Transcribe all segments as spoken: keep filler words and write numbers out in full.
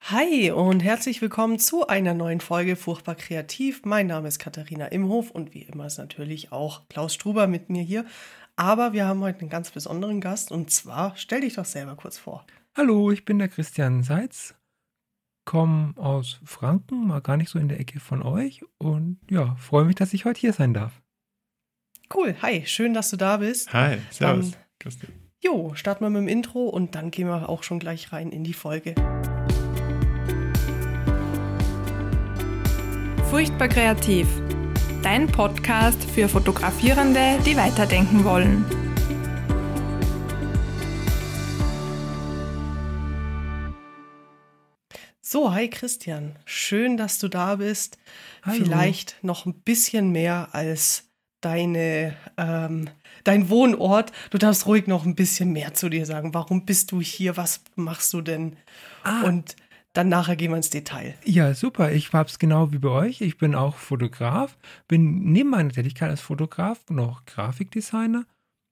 Hi und herzlich willkommen zu einer neuen Folge Furchtbar Kreativ. Mein Name ist Katharina Imhof und wie immer ist natürlich auch Klaus Struber mit mir hier. Aber wir haben heute einen ganz besonderen Gast und zwar, stell dich doch selber kurz vor. Hallo, ich bin der Christian Seitz, komme aus Franken, mal gar nicht so in der Ecke von euch und ja, freue mich, dass ich heute hier sein darf. Cool, hi, schön, dass du da bist. Hi, servus. Dann, Christian. Jo, starten wir mit dem Intro und dann gehen wir auch schon gleich rein in die Folge. Furchtbar kreativ. Dein Podcast für Fotografierende, die weiterdenken wollen. So, hi Christian, schön, dass du da bist. Hallo. Vielleicht noch ein bisschen mehr als deine, ähm, dein Wohnort. Du darfst ruhig noch ein bisschen mehr zu dir sagen. Warum bist du hier? Was machst du denn? Ah. Und dann nachher gehen wir ins Detail. Ja, super. Ich hab's genau wie bei euch. Ich bin auch Fotograf, bin neben meiner Tätigkeit als Fotograf noch Grafikdesigner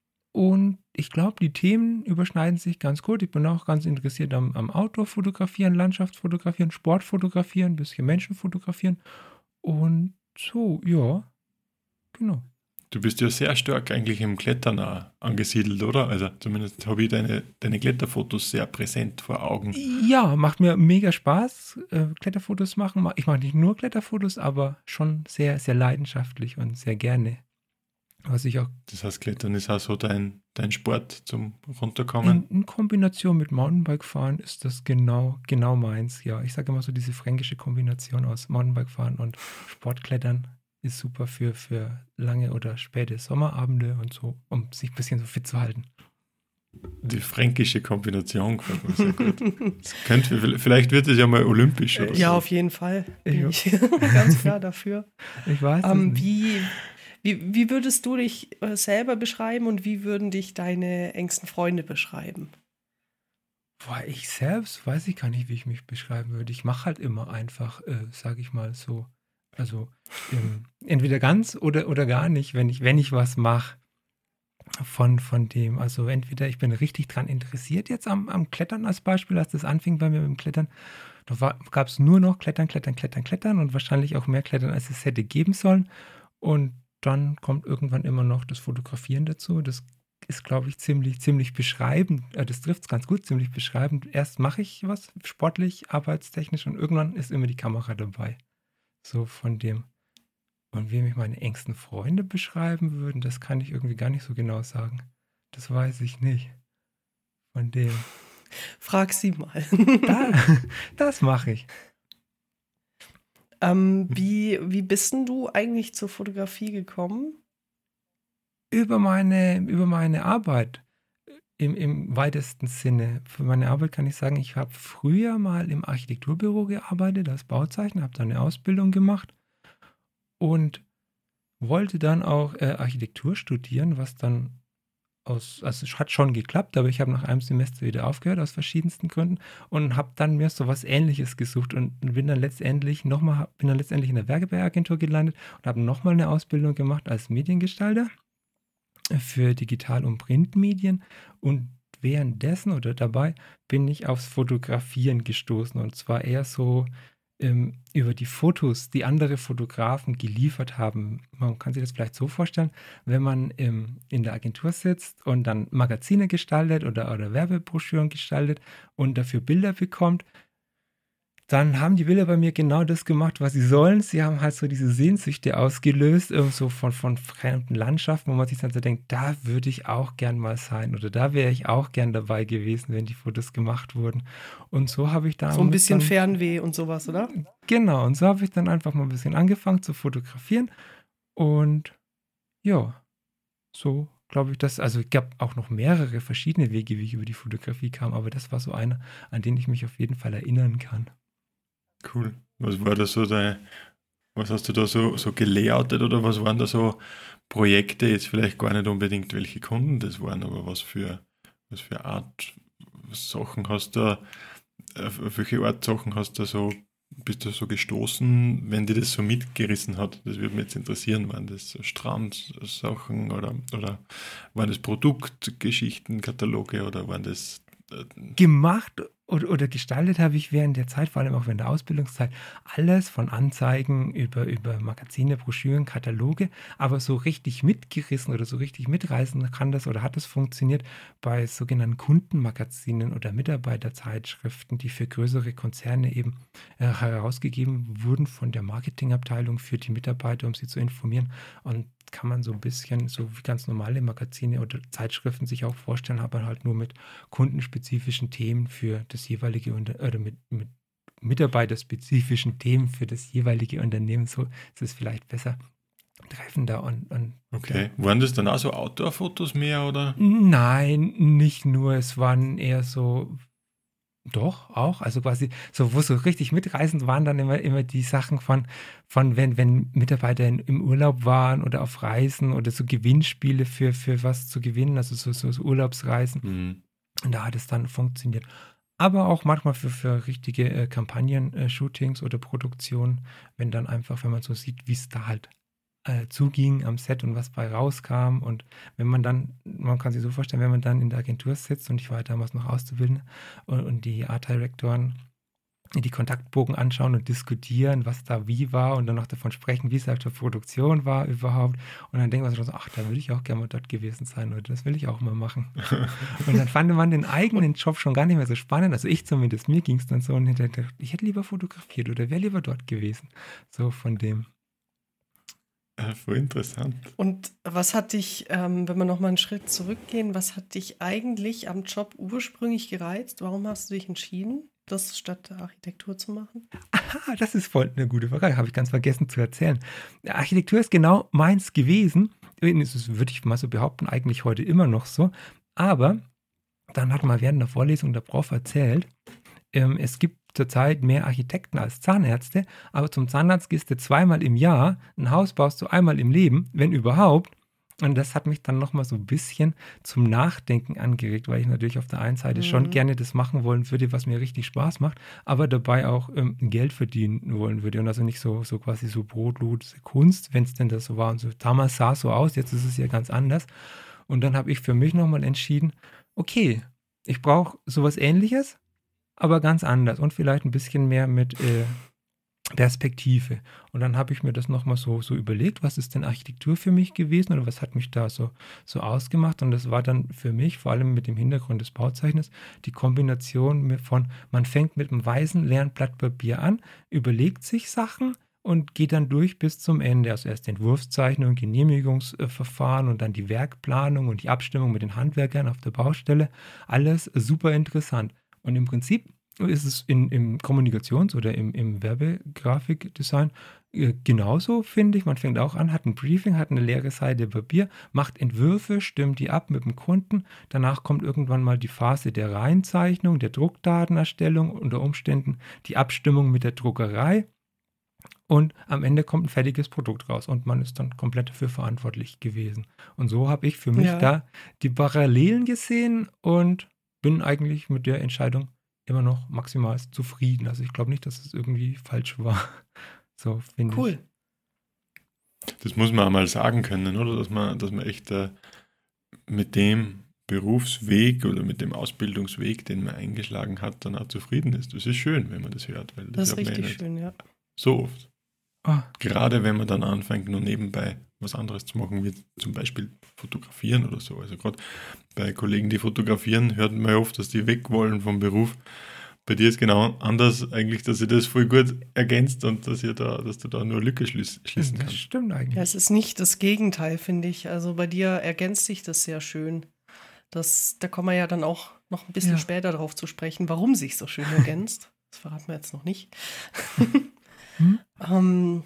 und ich glaube, die Themen überschneiden sich ganz gut. Ich bin auch ganz interessiert am, am Outdoor-Fotografieren, Landschaftsfotografieren, Sportfotografieren, ein bisschen Menschen fotografieren und so, ja, genau. Du bist ja sehr stark eigentlich im Klettern auch angesiedelt, oder? Also zumindest habe ich deine, deine Kletterfotos sehr präsent vor Augen. Ja, macht mir mega Spaß, äh, Kletterfotos machen. Ich mache nicht nur Kletterfotos, aber schon sehr, sehr leidenschaftlich und sehr gerne. Was ich auch Das heißt, Klettern ist auch so dein, dein Sport zum Runterkommen. in, in Kombination mit Mountainbike-Fahren ist das genau, genau meins. Ja, ich sage immer so, diese fränkische Kombination aus Mountainbike-Fahren und Sportklettern ist super für, für lange oder späte Sommerabende und so, um sich ein bisschen so fit zu halten. Die fränkische Kombination gefällt mir sehr gut. Das könnte, vielleicht wird es ja mal olympisch oder Ja, so. auf jeden Fall. Bin Ja. ich ganz klar dafür. Ich weiß es Ähm, nicht. wie, wie, wie würdest du dich äh, selber beschreiben und wie würden dich deine engsten Freunde beschreiben? Boah, ich selbst weiß ich gar nicht, wie ich mich beschreiben würde. Ich mache halt immer einfach, äh, sage ich mal so, also ähm, entweder ganz oder, oder gar nicht, wenn ich, wenn ich was mache von, von dem. Also entweder ich bin richtig dran interessiert jetzt am, am Klettern als Beispiel, als das anfing bei mir mit dem Klettern. Da gab es nur noch Klettern, Klettern, Klettern, Klettern und wahrscheinlich auch mehr Klettern, als es hätte geben sollen. Und dann kommt irgendwann immer noch das Fotografieren dazu. Das ist, glaube ich, ziemlich, ziemlich beschreibend. Äh, das trifft es ganz gut, ziemlich beschreibend. Erst mache ich was sportlich, arbeitstechnisch und irgendwann ist immer die Kamera dabei. So von dem. Und wie mich meine engsten Freunde beschreiben würden, das kann ich irgendwie gar nicht so genau sagen. Das weiß ich nicht. Von dem. Frag sie mal. Da, das mache ich. ähm, wie, wie bist denn du eigentlich zur Fotografie gekommen? Über meine, über meine Arbeit im, im weitesten Sinne. Für meine Arbeit kann ich sagen, ich habe früher mal im Architekturbüro gearbeitet als Bauzeichner, habe da eine Ausbildung gemacht und wollte dann auch äh, Architektur studieren, was dann aus, also es hat schon geklappt, aber ich habe nach einem Semester wieder aufgehört aus verschiedensten Gründen und habe dann mir so was Ähnliches gesucht und bin dann letztendlich nochmal, bin dann letztendlich in der Werbeagentur gelandet und habe nochmal eine Ausbildung gemacht als Mediengestalter für Digital- und Printmedien und währenddessen oder dabei bin ich aufs Fotografieren gestoßen und zwar eher so ähm, über die Fotos, die andere Fotografen geliefert haben. Man kann sich das vielleicht so vorstellen, wenn man ähm, in der Agentur sitzt und dann Magazine gestaltet oder, oder Werbebroschüren gestaltet und dafür Bilder bekommt, dann haben die Bilder bei mir genau das gemacht, was sie sollen. Sie haben halt so diese Sehnsüchte ausgelöst, irgend so von, von fremden Landschaften, wo man sich dann so denkt, da würde ich auch gern mal sein oder da wäre ich auch gern dabei gewesen, wenn die Fotos gemacht wurden. Und so habe ich da So ein bisschen dann, Fernweh und sowas, oder? Genau, und so habe ich dann einfach mal ein bisschen angefangen zu fotografieren und ja, so glaube ich, dass, also es gab auch noch mehrere verschiedene Wege, wie ich über die Fotografie kam, aber das war so einer, an den ich mich auf jeden Fall erinnern kann. Cool. Was war da so dein, was hast du da so, so gelayoutet oder was waren da so Projekte, jetzt vielleicht gar nicht unbedingt welche Kunden das waren, aber was für, was für Art Sachen hast du, auf welche Art Sachen hast du so, bist du so gestoßen, wenn dir das so mitgerissen hat? Das würde mich jetzt interessieren. Waren das so Strandsachen oder, oder waren das Produktgeschichten, Kataloge oder waren das Gemacht oder, oder gestaltet habe ich während der Zeit, vor allem auch während der Ausbildungszeit, alles von Anzeigen über, über Magazine, Broschüren, Kataloge, aber so richtig mitgerissen oder so richtig mitreißen kann das oder hat das funktioniert bei sogenannten Kundenmagazinen oder Mitarbeiterzeitschriften, die für größere Konzerne eben äh, herausgegeben wurden von der Marketingabteilung für die Mitarbeiter, um sie zu informieren. Und kann man so ein bisschen, so wie ganz normale Magazine oder Zeitschriften sich auch vorstellen, aber halt nur mit kundenspezifischen Themen für das jeweilige Unter- oder mit, mit mitarbeiterspezifischen Themen für das jeweilige Unternehmen. So ist es vielleicht besser treffender und, und Okay. Waren das dann auch so Outdoor-Fotos mehr, oder? Nein, nicht nur. Es waren eher so, doch, auch. Also quasi, so, wo so richtig mitreißend waren dann immer, immer die Sachen von, von wenn, wenn Mitarbeiter in, im Urlaub waren oder auf Reisen oder so Gewinnspiele für, für was zu gewinnen, also so, so, so Urlaubsreisen. Mhm. Und da hat es dann funktioniert. Aber auch manchmal für, für richtige äh, Kampagnen-Shootings oder Produktionen, wenn dann einfach, wenn man so sieht, wie es da halt äh, zuging am Set und was bei rauskam. Und wenn man dann, man kann sich so vorstellen, wenn man dann in der Agentur sitzt und ich war damals noch Auszubildender und, und die Art Directoren die Kontaktbogen anschauen und diskutieren, was da wie war und dann noch davon sprechen, wie es auf der Produktion war überhaupt. Und dann denkt man sich so, ach, da würde ich auch gerne mal dort gewesen sein oder das will ich auch mal machen. Und dann fand man den eigenen Job schon gar nicht mehr so spannend. Also ich zumindest, mir ging es dann so und ich dachte, ich hätte lieber fotografiert oder wäre lieber dort gewesen. So von dem. Ja, voll interessant. Und was hat dich, ähm, wenn wir nochmal einen Schritt zurückgehen, was hat dich eigentlich am Job ursprünglich gereizt? Warum hast du dich entschieden, das statt der Architektur zu machen? Aha, das ist voll eine gute Frage, habe ich ganz vergessen zu erzählen. Architektur ist genau meins gewesen. Das würde ich mal so behaupten, eigentlich heute immer noch so. Aber dann hat mal während der Vorlesung der Prof erzählt, ähm, es gibt zurzeit mehr Architekten als Zahnärzte, aber zum Zahnarzt gehst du zweimal im Jahr, ein Haus baust du einmal im Leben, wenn überhaupt. Und das hat mich dann nochmal so ein bisschen zum Nachdenken angeregt, weil ich natürlich auf der einen Seite mhm. schon gerne das machen wollen würde, was mir richtig Spaß macht, aber dabei auch ähm, Geld verdienen wollen würde. Und also nicht so, so quasi so brotlose Kunst, wenn es denn das so war. Und so damals sah es so aus, jetzt ist es ja ganz anders. Und dann habe ich für mich nochmal entschieden, okay, ich brauche sowas Ähnliches, aber ganz anders und vielleicht ein bisschen mehr mit äh, Perspektive. Und dann habe ich mir das nochmal so, so überlegt, was ist denn Architektur für mich gewesen oder was hat mich da so, so ausgemacht. Und das war dann für mich, vor allem mit dem Hintergrund des Bauzeichners, die Kombination von, man fängt mit einem weißen leeren Blatt Papier an, überlegt sich Sachen und geht dann durch bis zum Ende. Also erst Entwurfszeichnung, Genehmigungsverfahren und dann die Werkplanung und die Abstimmung mit den Handwerkern auf der Baustelle. Alles super interessant. Und im Prinzip ist es in, im Kommunikations- oder im, im Werbegrafikdesign äh, genauso, finde ich. Man fängt auch an, hat ein Briefing, hat eine leere Seite Papier, macht Entwürfe, stimmt die ab mit dem Kunden. Danach kommt irgendwann mal die Phase der Reinzeichnung, der Druckdatenerstellung, unter Umständen die Abstimmung mit der Druckerei. Und am Ende kommt ein fertiges Produkt raus und man ist dann komplett dafür verantwortlich gewesen. Und so habe ich für mich Ja. da die Parallelen gesehen und bin eigentlich mit der Entscheidung immer noch maximal zufrieden. Also ich glaube nicht, dass es irgendwie falsch war. So finde ich. Cool. Das muss man einmal sagen können, oder? Dass man, dass man echt äh, mit dem Berufsweg oder mit dem Ausbildungsweg, den man eingeschlagen hat, dann auch zufrieden ist. Das ist schön, wenn man das hört. Weil Das ist hat man ja richtig nicht schön, ja. so oft. Ah, Gerade wenn man dann anfängt, nur nebenbei was anderes zu machen, wie zum Beispiel fotografieren oder so. Also gerade bei Kollegen, die fotografieren, hört man ja oft, dass die weg wollen vom Beruf. Bei dir ist genau anders eigentlich, dass ihr das voll gut ergänzt und dass ihr da, dass du da nur Lücke schließ, schließen das kannst. stimmt eigentlich. Ja, es ist nicht das Gegenteil, finde ich. Also bei dir ergänzt sich das sehr schön. Das, da kommen wir ja dann auch noch ein bisschen Ja. später darauf zu sprechen, warum sich so schön ergänzt. Das verraten wir jetzt noch nicht. Hm? ähm,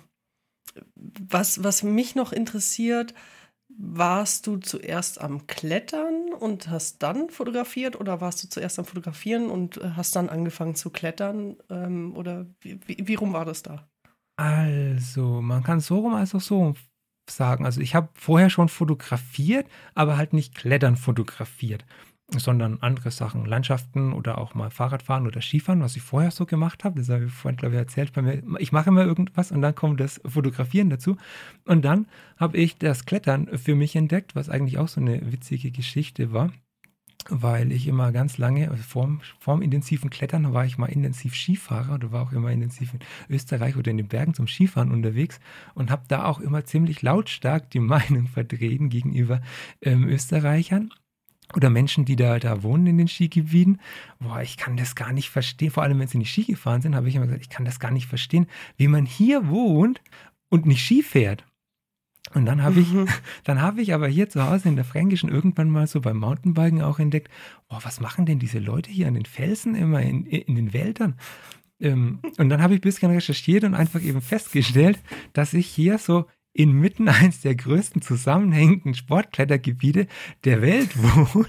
was, was mich noch interessiert, warst du zuerst am Klettern und hast dann fotografiert oder warst du zuerst am Fotografieren und äh, hast dann angefangen zu klettern? Ähm, oder wie, wie, wie rum war das da? Also, man kann es so rum als auch so rum sagen. Also ich habe vorher schon fotografiert, aber halt nicht Klettern fotografiert, sondern andere Sachen, Landschaften oder auch mal Fahrradfahren oder Skifahren, was ich vorher so gemacht habe. Das habe ich vorhin, glaube ich, erzählt. Bei mir, ich mache immer irgendwas und dann kommt das Fotografieren dazu. Und dann habe ich das Klettern für mich entdeckt, was eigentlich auch so eine witzige Geschichte war. weil ich immer ganz lange, also vorm, vorm intensiven Klettern war ich mal intensiv Skifahrer oder war auch immer intensiv in Österreich oder in den Bergen zum Skifahren unterwegs und habe da auch immer ziemlich lautstark die Meinung vertreten gegenüber ähm, Österreichern oder Menschen, die da, da wohnen in den Skigebieten. Boah, ich kann das gar nicht verstehen, vor allem wenn sie nicht Ski gefahren sind, habe ich immer gesagt, ich kann das gar nicht verstehen, wie man hier wohnt und nicht Ski fährt. Und dann habe ich, Mhm. dann habe ich aber hier zu Hause in der Fränkischen irgendwann mal so beim Mountainbiken auch entdeckt, boah, was machen denn diese Leute hier an den Felsen immer in, in den Wäldern? Ähm, und dann habe ich ein bisschen recherchiert und einfach eben festgestellt, dass ich hier so inmitten eines der größten zusammenhängenden Sportklettergebiete der Welt wohne.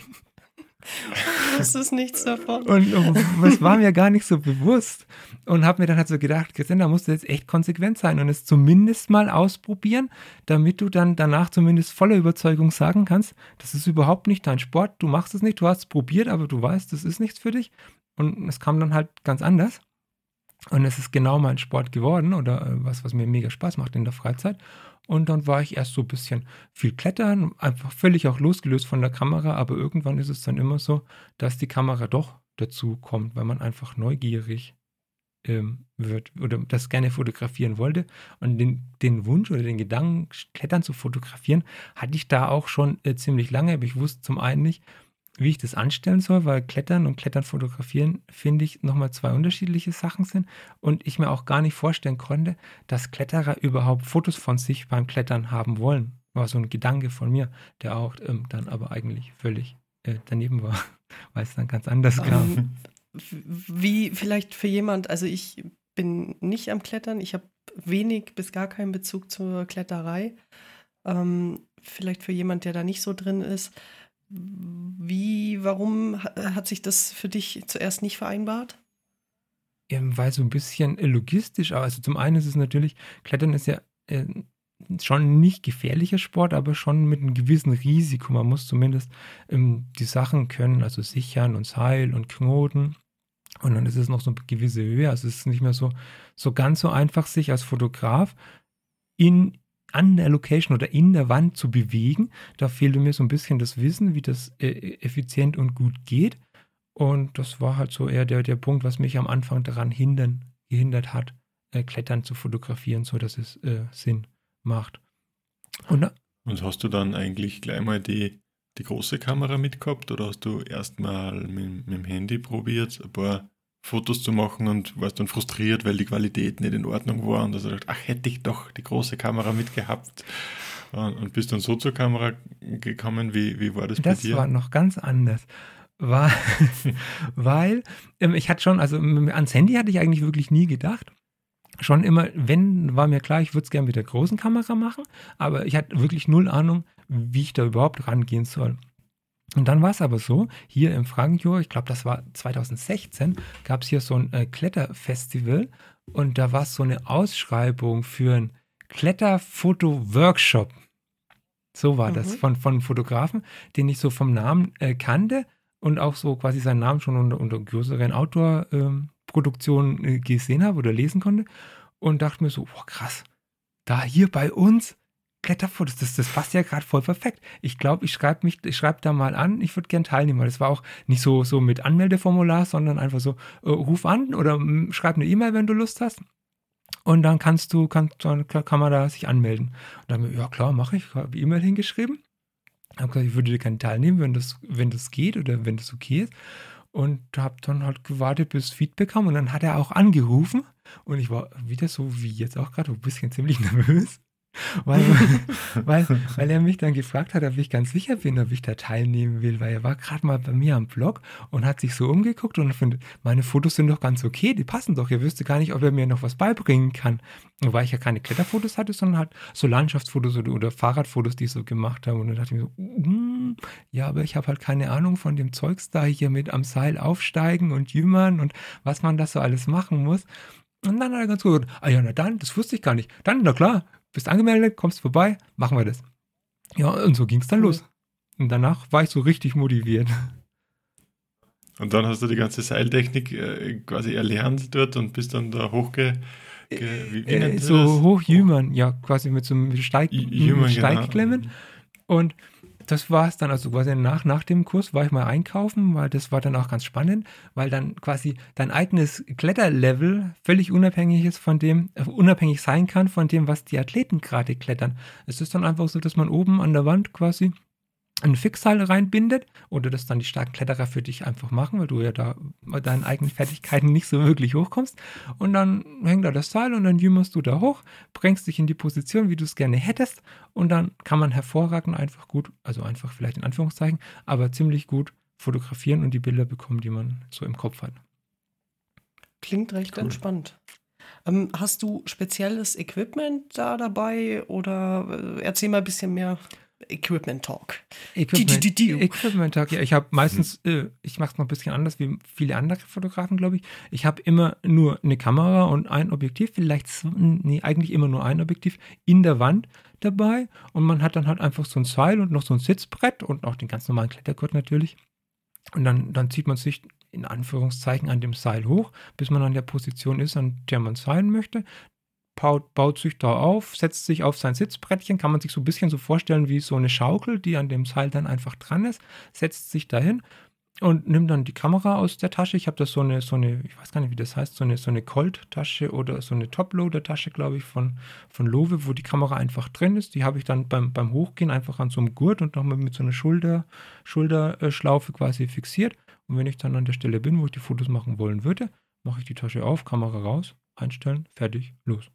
Das ist nichts davon. Und um, das war mir gar nicht so bewusst. Und habe mir dann halt so gedacht, Christian, da musst du jetzt echt konsequent sein und es zumindest mal ausprobieren, damit du dann danach zumindest voller Überzeugung sagen kannst, das ist überhaupt nicht dein Sport, du machst es nicht, du hast es probiert, aber du weißt, das ist nichts für dich. Und es kam dann halt ganz anders. Und es ist genau mein Sport geworden oder äh, was, was mir mega Spaß macht in der Freizeit. Und dann war ich erst so ein bisschen viel klettern, einfach völlig auch losgelöst von der Kamera, aber irgendwann ist es dann immer so, dass die Kamera doch dazu kommt, weil man einfach neugierig ähm, wird oder das gerne fotografieren wollte. Und den, den Wunsch oder den Gedanken, Klettern zu fotografieren, hatte ich da auch schon äh, ziemlich lange, aber ich wusste zum einen nicht, wie ich das anstellen soll, weil Klettern und Klettern fotografieren, finde ich, nochmal zwei unterschiedliche Sachen sind und ich mir auch gar nicht vorstellen konnte, dass Kletterer überhaupt Fotos von sich beim Klettern haben wollen. War so ein Gedanke von mir, der auch ähm, dann aber eigentlich völlig äh, daneben war, weil es dann ganz anders kam. Ähm, wie vielleicht für jemand, also ich bin nicht am Klettern, ich habe wenig bis gar keinen Bezug zur Kletterei. Ähm, vielleicht für jemand, der da nicht so drin ist, wie, warum ha- hat sich das für dich zuerst nicht vereinbart? Ähm, weil so ein bisschen äh, logistisch, also zum einen ist es natürlich, Klettern ist ja äh, schon nicht gefährlicher Sport, aber schon mit einem gewissen Risiko. Man muss zumindest ähm, die Sachen können, also sichern und Seil und Knoten. Und dann ist es noch so eine gewisse Höhe. Also es ist nicht mehr so, so ganz so einfach, sich als Fotograf in, an der Location oder in der Wand zu bewegen. Da fehlte mir so ein bisschen das Wissen, wie das äh, effizient und gut geht. Und das war halt so eher der, der Punkt, was mich am Anfang daran hindern, gehindert hat, äh, Klettern zu fotografieren, so dass es äh, Sinn macht. Und da, Und hast du dann eigentlich gleich mal die, die große Kamera mitgehabt oder hast du erstmal mit, mit dem Handy probiert, ein paar Fotos zu machen und warst dann frustriert, weil die Qualität nicht in Ordnung war und hast gedacht, ach, hätte ich doch die große Kamera mitgehabt und, und bist dann so zur Kamera gekommen. Wie, wie war das, das bei dir? war noch ganz anders. War, weil ähm, ich hatte schon, also ähm, ans Handy hatte ich eigentlich wirklich nie gedacht. Schon immer, wenn, war mir klar, ich würde es gerne mit der großen Kamera machen, aber ich hatte wirklich null Ahnung, wie ich da überhaupt rangehen soll. Und dann war es aber so, hier im Frankenjur, ich glaube, das war zwanzig sechzehn, gab es hier so ein äh, Kletterfestival und da war es so eine Ausschreibung für einen Kletterfoto-Workshop. So war das, Mhm. von, von Fotografen, den ich so vom Namen äh, kannte und auch so quasi seinen Namen schon unter, unter größeren Outdoor-Produktionen äh, gesehen habe oder lesen konnte und dachte mir so, boah, krass, da hier bei uns Kletterfotos, das, das passt ja gerade voll perfekt. Ich glaube, ich schreibe mich, ich schreibe da mal an, ich würde gern teilnehmen, weil das war auch nicht so, so mit Anmeldeformular, sondern einfach so, äh, ruf an oder mh, schreib eine E-Mail, wenn du Lust hast. Und dann kannst du, kann, dann kann man da sich anmelden. Und dann, ja klar, mache ich, habe E-Mail hingeschrieben. Habe gesagt, ich würde dir gerne teilnehmen, wenn das, wenn das geht oder wenn das okay ist. Und habe dann halt gewartet, bis Feedback kam. Und dann hat er auch angerufen. Und ich war wieder so wie jetzt auch gerade ein bisschen ziemlich nervös. Weil, weil, weil er mich dann gefragt hat, ob ich ganz sicher bin, ob ich da teilnehmen will, weil er war gerade mal bei mir am Blog und hat sich so umgeguckt und findet, meine Fotos sind doch ganz okay, die passen doch, er wüsste gar nicht, ob er mir noch was beibringen kann. Und weil ich ja keine Kletterfotos hatte, sondern halt so Landschaftsfotos oder, oder Fahrradfotos, die ich so gemacht habe. Und dann dachte ich mir so, mm, ja, aber ich habe halt keine Ahnung von dem Zeugs da hier mit am Seil aufsteigen und jümmern und was man da so alles machen muss. Und dann hat er ganz gut gesagt, ah ja, na dann, das wusste ich gar nicht. Dann, na klar, bist angemeldet, kommst vorbei, machen wir das. Ja, und so ging es dann Cool. los. Und danach war ich so richtig motiviert. Und dann hast du die ganze Seiltechnik äh, quasi erlernt dort und bist dann da hochge... Ge, wie, wie Äh, nennt ihr so das? hochjümmern, ja, quasi mit so einem Steig, J- Jümmern, Steigklemmen. genau. Und das war es dann, also quasi nach, nach dem Kurs war ich mal einkaufen, weil das war dann auch ganz spannend, weil dann quasi dein eigenes Kletterlevel völlig unabhängig ist von dem, äh, unabhängig sein kann von dem, was die Athleten gerade klettern. Es ist dann einfach so, dass man oben an der Wand quasi ein Fixseil reinbindet oder das dann die starken Kletterer für dich einfach machen, weil du ja da bei deinen eigenen Fertigkeiten nicht so wirklich hochkommst. Und dann hängt da das Seil und dann jümmerst du da hoch, bringst dich in die Position, wie du es gerne hättest und dann kann man hervorragend einfach gut, also einfach vielleicht in Anführungszeichen, aber ziemlich gut fotografieren und die Bilder bekommen, die man so im Kopf hat. Klingt recht Cool. entspannt. Ähm, hast du spezielles Equipment da dabei oder äh, erzähl mal ein bisschen mehr Equipment Talk. Equipment, Die, die, die, die. Equipment Talk, ja, ich habe meistens, äh, ich mache es noch ein bisschen anders wie viele andere Fotografen, glaube ich. Ich habe immer nur eine Kamera und ein Objektiv, vielleicht, zw- nee, eigentlich immer nur ein Objektiv in der Wand dabei und man hat dann halt einfach so ein Seil und noch so ein Sitzbrett und auch den ganz normalen Klettergurt natürlich. Und dann, dann zieht man sich in Anführungszeichen an dem Seil hoch, bis man an der Position ist, an der man sein möchte. Baut, baut sich da auf, setzt sich auf sein Sitzbrettchen, kann man sich so ein bisschen so vorstellen wie so eine Schaukel, die an dem Seil dann einfach dran ist, setzt sich dahin und nimmt dann die Kamera aus der Tasche. Ich habe da so eine, so eine, ich weiß gar nicht, wie das heißt, so eine, so eine Colt-Tasche oder so eine Top-Loader-Tasche, glaube ich, von, von Lowe, wo die Kamera einfach drin ist. Die habe ich dann beim, beim Hochgehen einfach an so einem Gurt und nochmal mit so einer Schulter, Schulterschlaufe quasi fixiert. Und wenn ich dann an der Stelle bin, wo ich die Fotos machen wollen würde, mache ich die Tasche auf, Kamera raus, einstellen, fertig, los.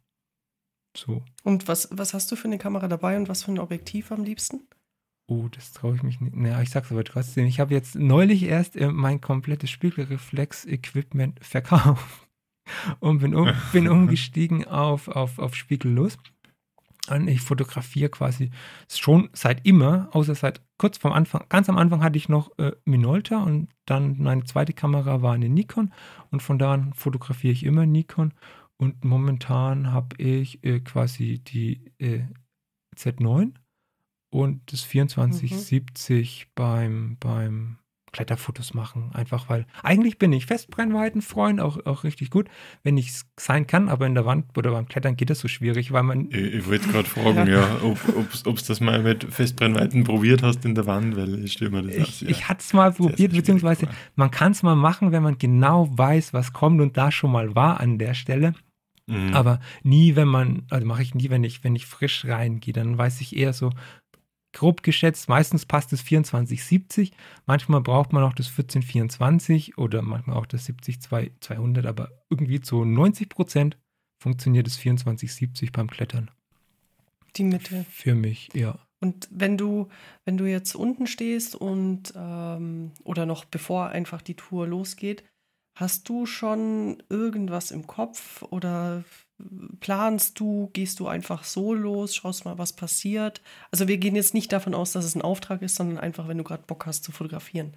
So. Und was, was hast du für eine Kamera dabei und was für ein Objektiv am liebsten? Oh, das traue ich mich nicht. Naja, ich sag's aber trotzdem. Ich habe jetzt neulich erst äh, mein komplettes Spiegelreflex-Equipment verkauft und bin, um, bin umgestiegen auf, auf, auf Spiegellos. Und ich fotografiere quasi schon seit immer, außer seit kurz vom Anfang, ganz am Anfang hatte ich noch äh, Minolta und dann meine zweite Kamera war eine Nikon und von da an fotografiere ich immer Nikon. Und momentan habe ich äh, quasi die äh, Z neun und das vierundzwanzig siebzig beim, beim Kletterfotos machen. Einfach weil, eigentlich bin ich Festbrennweitenfreund, auch, auch richtig gut, wenn ich es sein kann, aber in der Wand oder beim Klettern geht das so schwierig, weil man... Ich, ich wollte gerade fragen, ja, ja ob du das mal mit Festbrennweiten probiert hast in der Wand, weil ich stelle mir das Ich, aus, ja. ich hatte es mal probiert, sehr, sehr beziehungsweise vor. man kann es mal machen, wenn man genau weiß, was kommt und da schon mal war an der Stelle. Mhm. Aber nie, wenn man, also mache ich nie, wenn ich, wenn ich frisch reingehe, dann weiß ich eher so, grob geschätzt, meistens passt das vierundzwanzig siebzig, manchmal braucht man auch das vierzehn vierundzwanzig oder manchmal auch das siebzig zweihundert, aber irgendwie zu neunzig Prozent funktioniert das vierundzwanzig siebzig beim Klettern. Die Mitte. Für mich, ja. Und wenn du, wenn du jetzt unten stehst und ähm, oder noch bevor einfach die Tour losgeht, hast du schon irgendwas im Kopf oder planst du, gehst du einfach so los, schaust mal, was passiert? Also wir gehen jetzt nicht davon aus, dass es ein Auftrag ist, sondern einfach, wenn du gerade Bock hast zu fotografieren.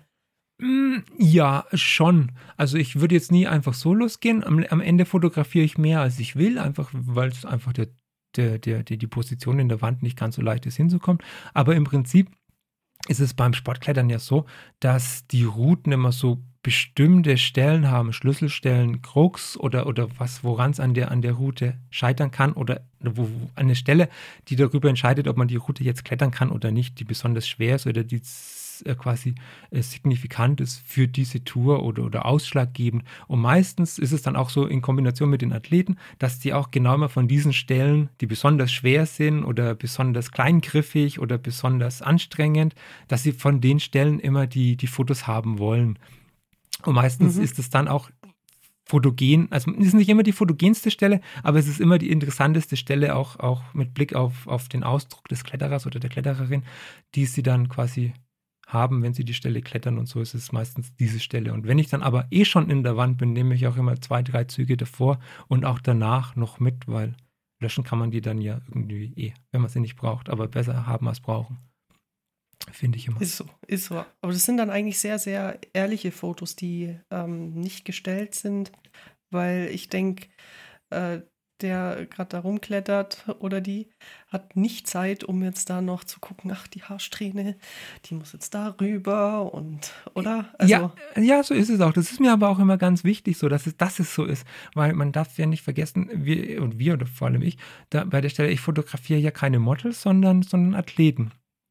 Ja, schon. Also ich würde jetzt nie einfach so losgehen. Am, am Ende fotografiere ich mehr, als ich will, einfach weil es einfach der, der, der, der, die Position in der Wand nicht ganz so leicht ist hinzukommen. Aber im Prinzip ist es beim Sportklettern ja so, dass die Routen immer so bestimmte Stellen haben, Schlüsselstellen, Krux oder, oder was, woran es an der, an der Route scheitern kann oder wo, wo eine Stelle, die darüber entscheidet, ob man die Route jetzt klettern kann oder nicht, die besonders schwer ist oder die äh, quasi äh, signifikant ist für diese Tour oder, oder ausschlaggebend. Und meistens ist es dann auch so in Kombination mit den Athleten, dass die auch genau mal von diesen Stellen, die besonders schwer sind oder besonders kleingriffig oder besonders anstrengend, dass sie von den Stellen immer die, die Fotos haben wollen. Und meistens mhm. ist es dann auch fotogen, also es ist nicht immer die fotogenste Stelle, aber es ist immer die interessanteste Stelle, auch, auch mit Blick auf, auf den Ausdruck des Kletterers oder der Klettererin, die sie dann quasi haben, wenn sie die Stelle klettern und so ist es meistens diese Stelle. Und wenn ich dann aber eh schon in der Wand bin, nehme ich auch immer zwei, drei Züge davor und auch danach noch mit, weil löschen kann man die dann ja irgendwie eh, wenn man sie nicht braucht, aber besser haben als brauchen. Finde ich immer. Ist so, ist so. Aber das sind dann eigentlich sehr, sehr ehrliche Fotos, die ähm, nicht gestellt sind, weil ich denke, äh, der gerade da rumklettert oder die hat nicht Zeit, um jetzt da noch zu gucken, ach, die Haarsträhne, die muss jetzt da rüber und, oder? Also, ja, ja, so ist es auch. Das ist mir aber auch immer ganz wichtig, so, dass es, dass es so ist, weil man darf ja nicht vergessen, wir und wir oder vor allem ich, da bei der Stelle, ich fotografiere ja keine Models, sondern, sondern Athleten.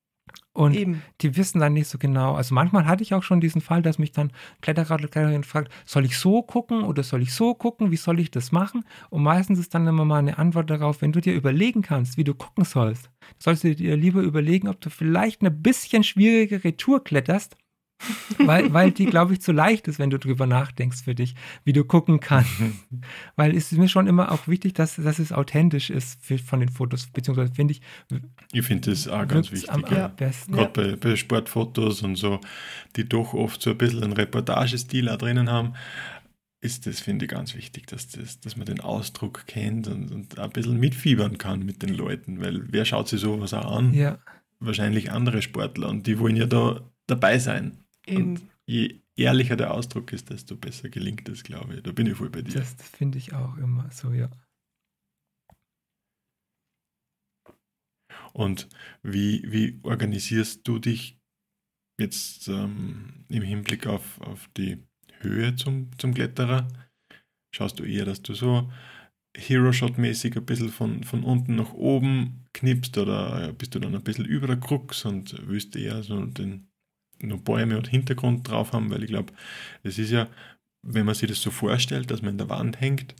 Und Eben. die wissen dann nicht so genau. Also manchmal hatte ich auch schon diesen Fall, dass mich dann Kletterer oder Klettererin fragt, soll ich so gucken oder soll ich so gucken? Wie soll ich das machen? Und meistens ist dann immer mal eine Antwort darauf, wenn du dir überlegen kannst, wie du gucken sollst, sollst du dir lieber überlegen, ob du vielleicht eine bisschen schwierigere Tour kletterst, weil, weil die, glaube ich, zu leicht ist, wenn du drüber nachdenkst für dich, wie du gucken kannst. Weil es ist mir schon immer auch wichtig, dass, dass es authentisch ist für, von den Fotos, beziehungsweise finde ich, Ich finde das auch ganz wirkt's wichtig. am, ja. am besten. Gerade bei, bei Sportfotos und so, die doch oft so ein bisschen einen Reportagestil auch drinnen haben, ist das, finde ich, ganz wichtig, dass, das, dass man den Ausdruck kennt und, und ein bisschen mitfiebern kann mit den Leuten, weil wer schaut sich sowas auch an? Ja, Wahrscheinlich andere Sportler und die wollen ja da dabei sein. Eben. Und je ehrlicher der Ausdruck ist, desto besser gelingt es, glaube ich. Da bin ich voll bei dir. das, das finde ich auch immer so, ja. Und wie, wie organisierst du dich jetzt ähm, im Hinblick auf, auf die Höhe zum, zum Kletterer? Schaust du eher, dass du so Hero-Shot-mäßig ein bisschen von, von unten nach oben knippst oder bist du dann ein bisschen über der Krux und willst eher so den, nur Bäume und Hintergrund drauf haben? Weil ich glaube, es ist ja, wenn man sich das so vorstellt, dass man in der Wand hängt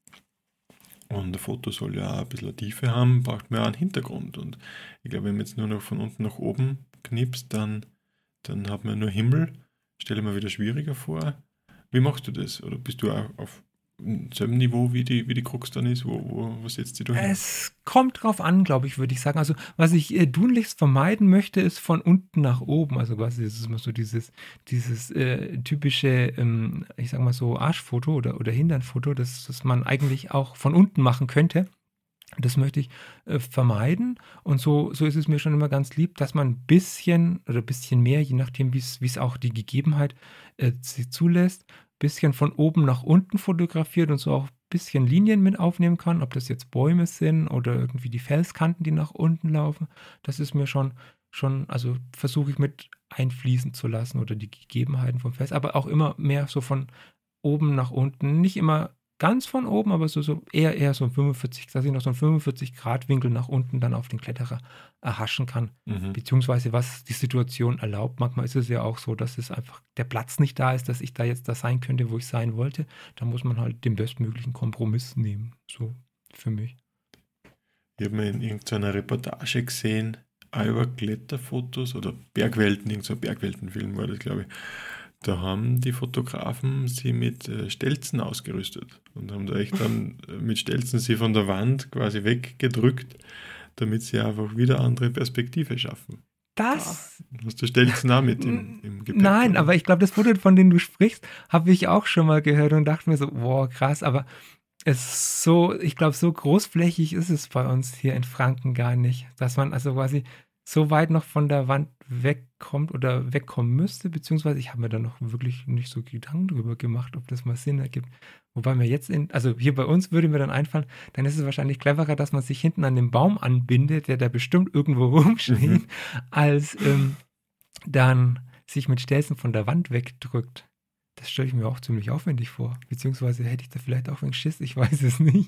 und ein Foto soll ja auch ein bisschen eine Tiefe haben, braucht man ja auch einen Hintergrund. Und ich glaube, wenn man jetzt nur noch von unten nach oben knipst, dann, dann hat man nur Himmel. Stelle ich mir wieder schwieriger vor. Wie machst du das? Oder bist du auch auf selben Niveau, wie die, wie die Krux dann ist? Wo, wo, wo setzt sie da hin? Es kommt drauf an, glaube ich, würde ich sagen. Also, was ich äh, tunlichst vermeiden möchte, ist von unten nach oben. Also, quasi, das ist immer so dieses, dieses äh, typische, ähm, ich sag mal so, Arschfoto oder, oder Hinternfoto, das, das man eigentlich auch von unten machen könnte. Das möchte ich äh, vermeiden. Und so, so ist es mir schon immer ganz lieb, dass man ein bisschen oder ein bisschen mehr, je nachdem, wie es auch die Gegebenheit äh, sie zulässt, bisschen von oben nach unten fotografiert und so auch ein bisschen Linien mit aufnehmen kann, ob das jetzt Bäume sind oder irgendwie die Felskanten, die nach unten laufen. Das ist mir schon, schon also versuche ich mit einfließen zu lassen oder die Gegebenheiten vom Fels, aber auch immer mehr so von oben nach unten. Nicht immer ganz von oben, aber so, so eher, eher so fünfundvierzig, dass ich noch so einen fünfundvierzig Grad Winkel nach unten dann auf den Kletterer erhaschen kann. Mhm. Beziehungsweise was die Situation erlaubt. Manchmal ist es ja auch so, dass es einfach der Platz nicht da ist, dass ich da jetzt da sein könnte, wo ich sein wollte. Da muss man halt den bestmöglichen Kompromiss nehmen. So für mich. Ich habe mal in irgendeiner Reportage gesehen, auch über Kletterfotos oder Bergwelten, irgendein Bergweltenfilm war das, glaube ich. Da haben die Fotografen sie mit äh, Stelzen ausgerüstet und haben da echt dann äh, mit Stelzen sie von der Wand quasi weggedrückt, damit sie einfach wieder andere Perspektive schaffen. Das Hast du Stelzen auch mit im, im Gepäck? Nein, oder? aber ich glaube, das Foto, von dem du sprichst, habe ich auch schon mal gehört und dachte mir so, boah, krass, aber es ist so, ich glaube, so großflächig ist es bei uns hier in Franken gar nicht, dass man also quasi so weit noch von der Wand wegkommt oder wegkommen müsste, beziehungsweise ich habe mir da noch wirklich nicht so Gedanken drüber gemacht, ob das mal Sinn ergibt. Wobei mir jetzt, in, also hier bei uns würde mir dann einfallen, dann ist es wahrscheinlich cleverer, dass man sich hinten an den Baum anbindet, der da bestimmt irgendwo rumsteht, Mhm. als ähm, dann sich mit Stelzen von der Wand wegdrückt. Das stelle ich mir auch ziemlich aufwendig vor. Beziehungsweise hätte ich da vielleicht auch ein Schiss, ich weiß es nicht.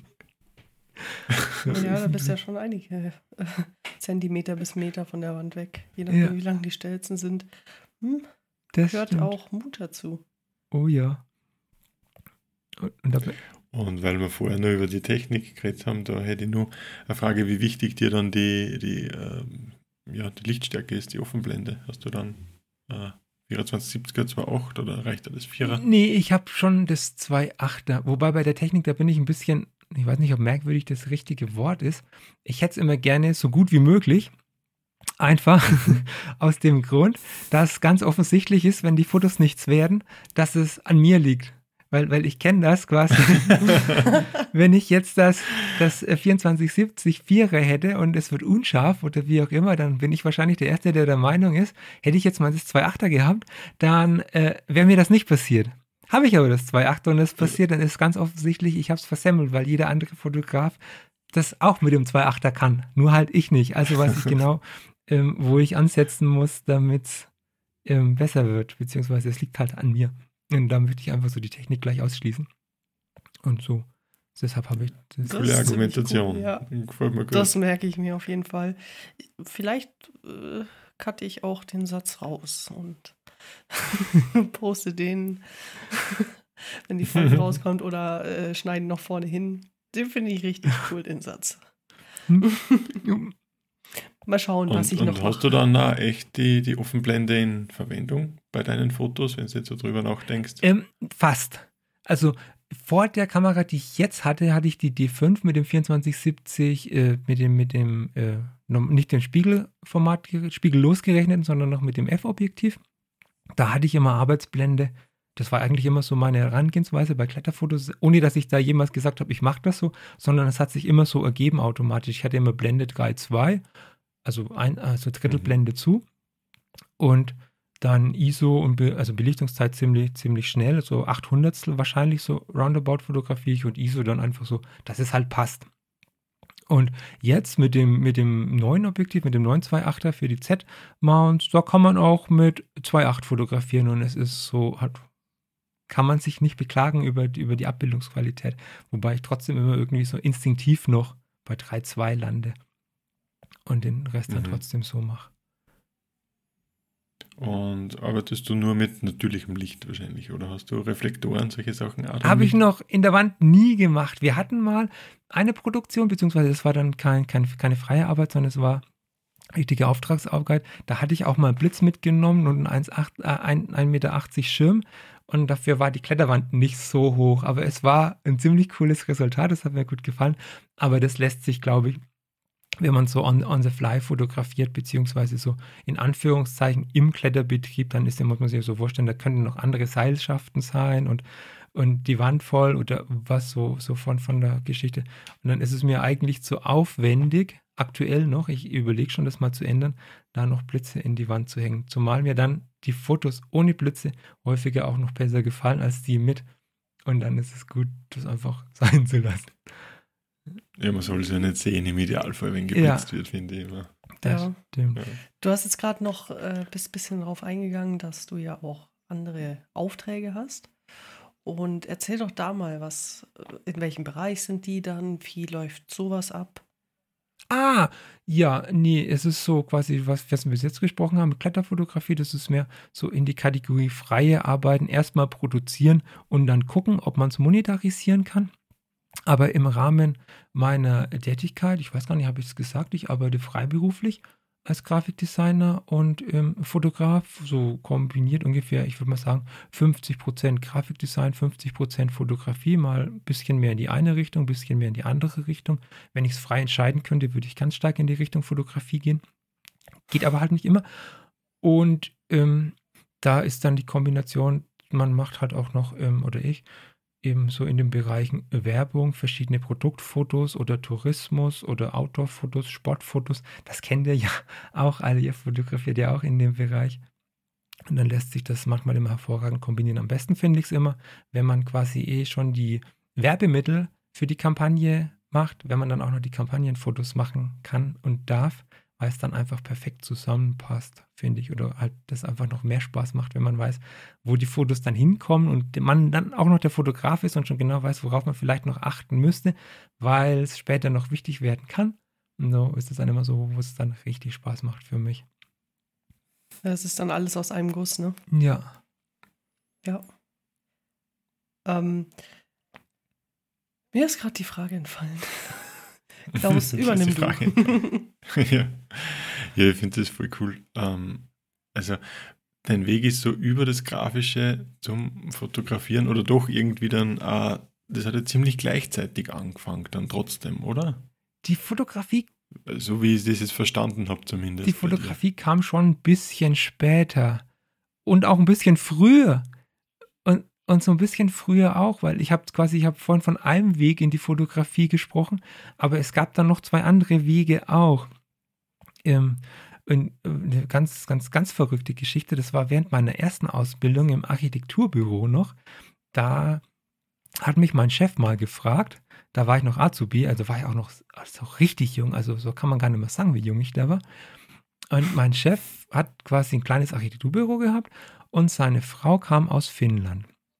Ja, da bist du ja schon einige äh, Zentimeter bis Meter von der Wand weg. Je nachdem, Ja. wie lang die Stelzen sind. Hm, Das gehört stimmt. auch Mut dazu. Oh ja. Und, und dabei, Und weil wir vorher nur über die Technik geredet haben, da hätte ich nur eine Frage, wie wichtig dir dann die, die, ähm, ja, die Lichtstärke ist, die Offenblende. Hast du dann äh, vierundzwanzig siebziger zwei Komma acht oder reicht da das Vierer? nee, ich habe schon das zwei Komma achter. Wobei bei der Technik, da bin ich ein bisschen, ich weiß nicht, ob merkwürdig das richtige Wort ist. Ich hätte es immer gerne so gut wie möglich. Einfach aus dem Grund, dass ganz offensichtlich ist, wenn die Fotos nichts werden, dass es an mir liegt. Weil, weil ich kenne das quasi. Wenn ich jetzt das, das vierundzwanzig siebzig Vierer hätte und es wird unscharf oder wie auch immer, dann bin ich wahrscheinlich der Erste, der der Meinung ist, hätte ich jetzt mal das zwei Komma achter gehabt, dann äh, wäre mir das nicht passiert. Habe ich aber das zwei Komma achter und das passiert, dann ist ganz offensichtlich, ich habe es versemmelt, weil jeder andere Fotograf das auch mit dem zwei Komma achter kann. Nur halt ich nicht. Also weiß ich genau, ähm, wo ich ansetzen muss, damit es ähm, besser wird. Beziehungsweise es liegt halt an mir. Und da möchte ich einfach so die Technik gleich ausschließen. Und so. Deshalb habe ich das. Das Coole ist ziemlich Argumentation. cool, ja. Gefällt mir gut. Das merke ich mir auf jeden Fall. Vielleicht äh, cutte ich auch den Satz raus und poste den, wenn die Folge rauskommt, oder äh, schneiden noch vorne hin. Den finde ich richtig cool, den Satz. Mal schauen, was Und, ich und noch hast mache. du dann auch echt die, die Offenblende in Verwendung bei deinen Fotos, wenn du jetzt so drüber nachdenkst? Ähm, fast. Also vor der Kamera, die ich jetzt hatte, hatte ich die D fünf mit dem vierundzwanzig siebzig, äh, mit dem, mit dem äh, noch nicht dem Spiegelformat, spiegellos gerechnet, sondern noch mit dem F-Objektiv. Da hatte ich immer Arbeitsblende. Das war eigentlich immer so meine Herangehensweise bei Kletterfotos, ohne dass ich da jemals gesagt habe, ich mache das so, sondern es hat sich immer so ergeben automatisch. Ich hatte immer Blende drei Komma zwei, also ein, also Drittelblende mhm. zu, und dann I S O und Be- also Belichtungszeit ziemlich, ziemlich schnell, so acht Hundertstel wahrscheinlich, so roundabout fotografiere ich, und I S O dann einfach so, dass es halt passt. Und jetzt mit dem, mit dem neuen Objektiv, mit dem neun Komma achtundzwanziger für die Z-Mounts, da kann man auch mit zwei Komma acht fotografieren, und es ist so, halt, kann man sich nicht beklagen über, über die Abbildungsqualität, wobei ich trotzdem immer irgendwie so instinktiv noch bei drei Komma zwei lande und den Rest mhm. dann trotzdem so mache. Und arbeitest du nur mit natürlichem Licht wahrscheinlich, oder hast du Reflektoren, solche Sachen? Habe ich noch in der Wand nie gemacht. Wir hatten mal eine Produktion, beziehungsweise das war dann kein, kein, keine freie Arbeit, sondern es war richtige Auftragsarbeit. Da hatte ich auch mal einen Blitz mitgenommen und einen ein Meter achtzig Schirm, und dafür war die Kletterwand nicht so hoch. Aber es war ein ziemlich cooles Resultat, das hat mir gut gefallen. Aber das lässt sich, glaube ich, wenn man so on, on the fly fotografiert, beziehungsweise so in Anführungszeichen im Kletterbetrieb, dann ist, muss man sich so vorstellen, da könnten noch andere Seilschaften sein und, und die Wand voll oder was so, so von, von der Geschichte. Und dann ist es mir eigentlich zu aufwendig, aktuell noch, ich überlege schon, das mal zu ändern, da noch Blitze in die Wand zu hängen. Zumal mir dann die Fotos ohne Blitze häufiger auch noch besser gefallen als die mit. Und dann ist es gut, das einfach sein zu lassen. Ja, man soll es ja nicht sehen im Idealfall, wenn geblitzt ja. wird, finde ich immer. Das ja. stimmt. Ja. Du hast jetzt gerade noch ein äh, bisschen darauf eingegangen, dass du ja auch andere Aufträge hast. Und erzähl doch da mal, was, in welchem Bereich sind die dann? Wie läuft sowas ab? Ah, ja, nee, es ist so quasi, was, was wir bis jetzt gesprochen haben, mit Kletterfotografie, das ist mehr so in die Kategorie freie Arbeiten, erstmal produzieren und dann gucken, ob man es monetarisieren kann. Aber im Rahmen meiner Tätigkeit, ich weiß gar nicht, habe ich es gesagt, ich arbeite freiberuflich als Grafikdesigner und ähm, Fotograf, so kombiniert ungefähr, ich würde mal sagen, fünfzig Prozent Grafikdesign, fünfzig Prozent Fotografie, mal ein bisschen mehr in die eine Richtung, ein bisschen mehr in die andere Richtung. Wenn ich es frei entscheiden könnte, würde ich ganz stark in die Richtung Fotografie gehen. Geht aber halt nicht immer. Und ähm, da ist dann die Kombination, man macht halt auch noch, ähm, oder ich, eben so in den Bereichen Werbung, verschiedene Produktfotos oder Tourismus oder Outdoor-Fotos, Sportfotos. Das kennt ihr ja auch alle, ihr fotografiert ja auch in dem Bereich. Und dann lässt sich das manchmal immer hervorragend kombinieren. Am besten finde ich es immer, wenn man quasi eh schon die Werbemittel für die Kampagne macht, wenn man dann auch noch die Kampagnenfotos machen kann und darf, weil es dann einfach perfekt zusammenpasst, finde ich. Oder halt das einfach noch mehr Spaß macht, wenn man weiß, wo die Fotos dann hinkommen und man dann auch noch der Fotograf ist und schon genau weiß, worauf man vielleicht noch achten müsste, weil es später noch wichtig werden kann. Und so ist es dann immer so, wo es dann richtig Spaß macht für mich. Das ist dann alles aus einem Guss, ne? Ja. Ja. Ähm, mir ist gerade die Frage entfallen. Klaus, übernimm du. ja. ja, ich finde das voll cool. Ähm, also dein Weg ist so über das Grafische zum Fotografieren oder doch irgendwie dann, äh, das hat ja ziemlich gleichzeitig angefangen dann trotzdem, oder? Die Fotografie, so wie ich das jetzt verstanden habe zumindest. Die Fotografie kam schon ein bisschen später und auch ein bisschen früher. Und Und so ein bisschen früher auch, weil ich habe quasi, ich habe vorhin von einem Weg in die Fotografie gesprochen, aber es gab dann noch zwei andere Wege auch. Ähm, eine ganz, ganz, ganz verrückte Geschichte, das war während meiner ersten Ausbildung im Architekturbüro noch. Da hat mich mein Chef mal gefragt, da war ich noch Azubi, also war ich auch noch also richtig jung, also so kann man gar nicht mehr sagen, wie jung ich da war. Und mein Chef hat quasi ein kleines Architekturbüro gehabt und seine Frau kam aus Finnland.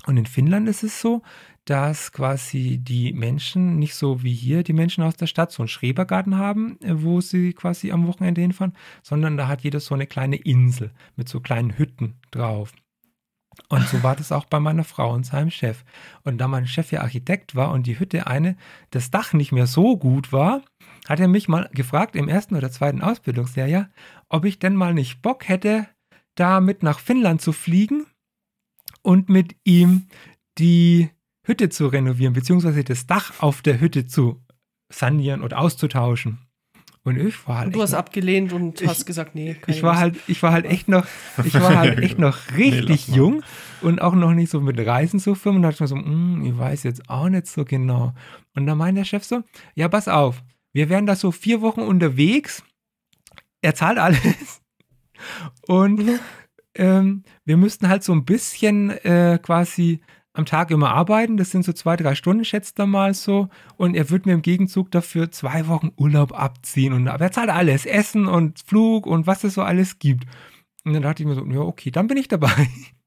Und in Finnland ist es so, dass quasi die Menschen, nicht so wie hier die Menschen aus der Stadt, so einen Schrebergarten haben, äh, wo sie quasi am Wochenende hinfahren, sondern da hat jeder so eine kleine Insel mit so kleinen Hütten drauf. Und so war das auch bei meiner Frau und seinem Chef. Und da mein Chef ja Architekt war und die Hütte eine, das Dach nicht mehr so gut war, hat er mich mal gefragt im ersten oder zweiten Ausbildungsjahr, ob ich denn mal nicht Bock hätte, da mit nach Finnland zu fliegen und mit ihm die Hütte zu renovieren, beziehungsweise das Dach auf der Hütte zu sanieren oder auszutauschen. Und ich war halt. Und du hast noch, abgelehnt und ich, hast gesagt, nee, keine ich war halt, ich war halt echt noch, ich war halt echt noch richtig nee, jung und auch noch nicht so mit Reisen so firm und dachte mir so, mm, ich weiß jetzt auch nicht so genau. Und dann meinte der Chef so, ja, pass auf, wir wären da so vier Wochen unterwegs, er zahlt alles und mhm. ähm, wir müssten halt so ein bisschen äh, quasi am Tag immer arbeiten, das sind so zwei, drei Stunden, schätzt er mal so. Und er wird mir im Gegenzug dafür zwei Wochen Urlaub abziehen. Und aber er zahlt alles, Essen und Flug und was es so alles gibt. Und dann dachte ich mir so, ja, okay, dann bin ich dabei.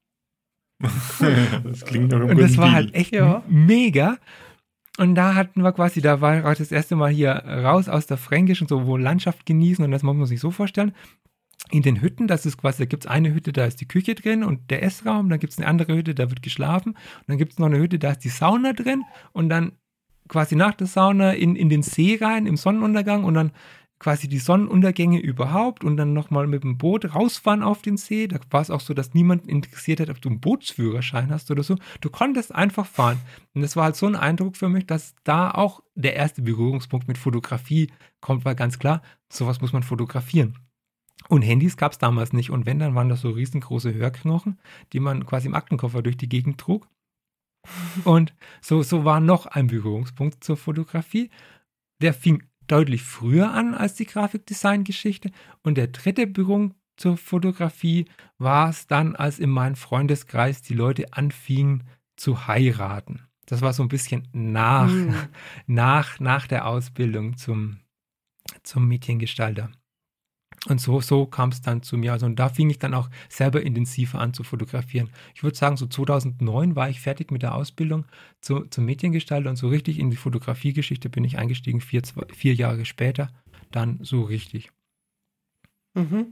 Das klingt doch im Und das war Deal. halt echt ja. mega. Und da hatten wir quasi, da war ich das erste Mal hier raus aus der Fränkischen, so wo Landschaft genießen. Und das muss man sich so vorstellen. In den Hütten, das ist quasi, da gibt es eine Hütte, da ist die Küche drin und der Essraum, dann gibt es eine andere Hütte, da wird geschlafen und dann gibt es noch eine Hütte, da ist die Sauna drin und dann quasi nach der Sauna in, in den See rein, im Sonnenuntergang und dann quasi die Sonnenuntergänge überhaupt und dann nochmal mit dem Boot rausfahren auf den See. Da war es auch so, dass niemand interessiert hat, ob du einen Bootsführerschein hast oder so. Du konntest einfach fahren. Und das war halt so ein Eindruck für mich, dass da auch der erste Berührungspunkt mit Fotografie kommt, weil ganz klar, sowas muss man fotografieren. Und Handys gab es damals nicht. Und wenn, dann waren das so riesengroße Hörknochen, die man quasi im Aktenkoffer durch die Gegend trug. Und so, so war noch ein Berührungspunkt zur Fotografie. Der fing deutlich früher an als die Grafikdesign-Geschichte. Und der dritte Berührung zur Fotografie war es dann, als in meinem Freundeskreis die Leute anfingen zu heiraten. Das war so ein bisschen nach, mhm. nach, nach der Ausbildung zum, zum Mediengestalter. Und so, so kam es dann zu mir. Also und da fing ich dann auch selber intensiver an zu fotografieren. Ich würde sagen, so zweitausendneun war ich fertig mit der Ausbildung zu, zum Mediengestalter und so richtig in die Fotografiegeschichte bin ich eingestiegen, vier, zwei, vier Jahre später, dann so richtig. Mhm.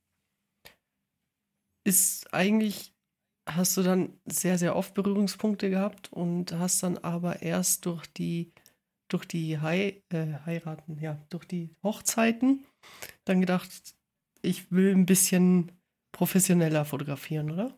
Ist eigentlich, hast du dann sehr, sehr oft Berührungspunkte gehabt und hast dann aber erst durch die durch die Hei, äh, Heiraten, ja, durch die Hochzeiten dann gedacht, ich will ein bisschen professioneller fotografieren, oder?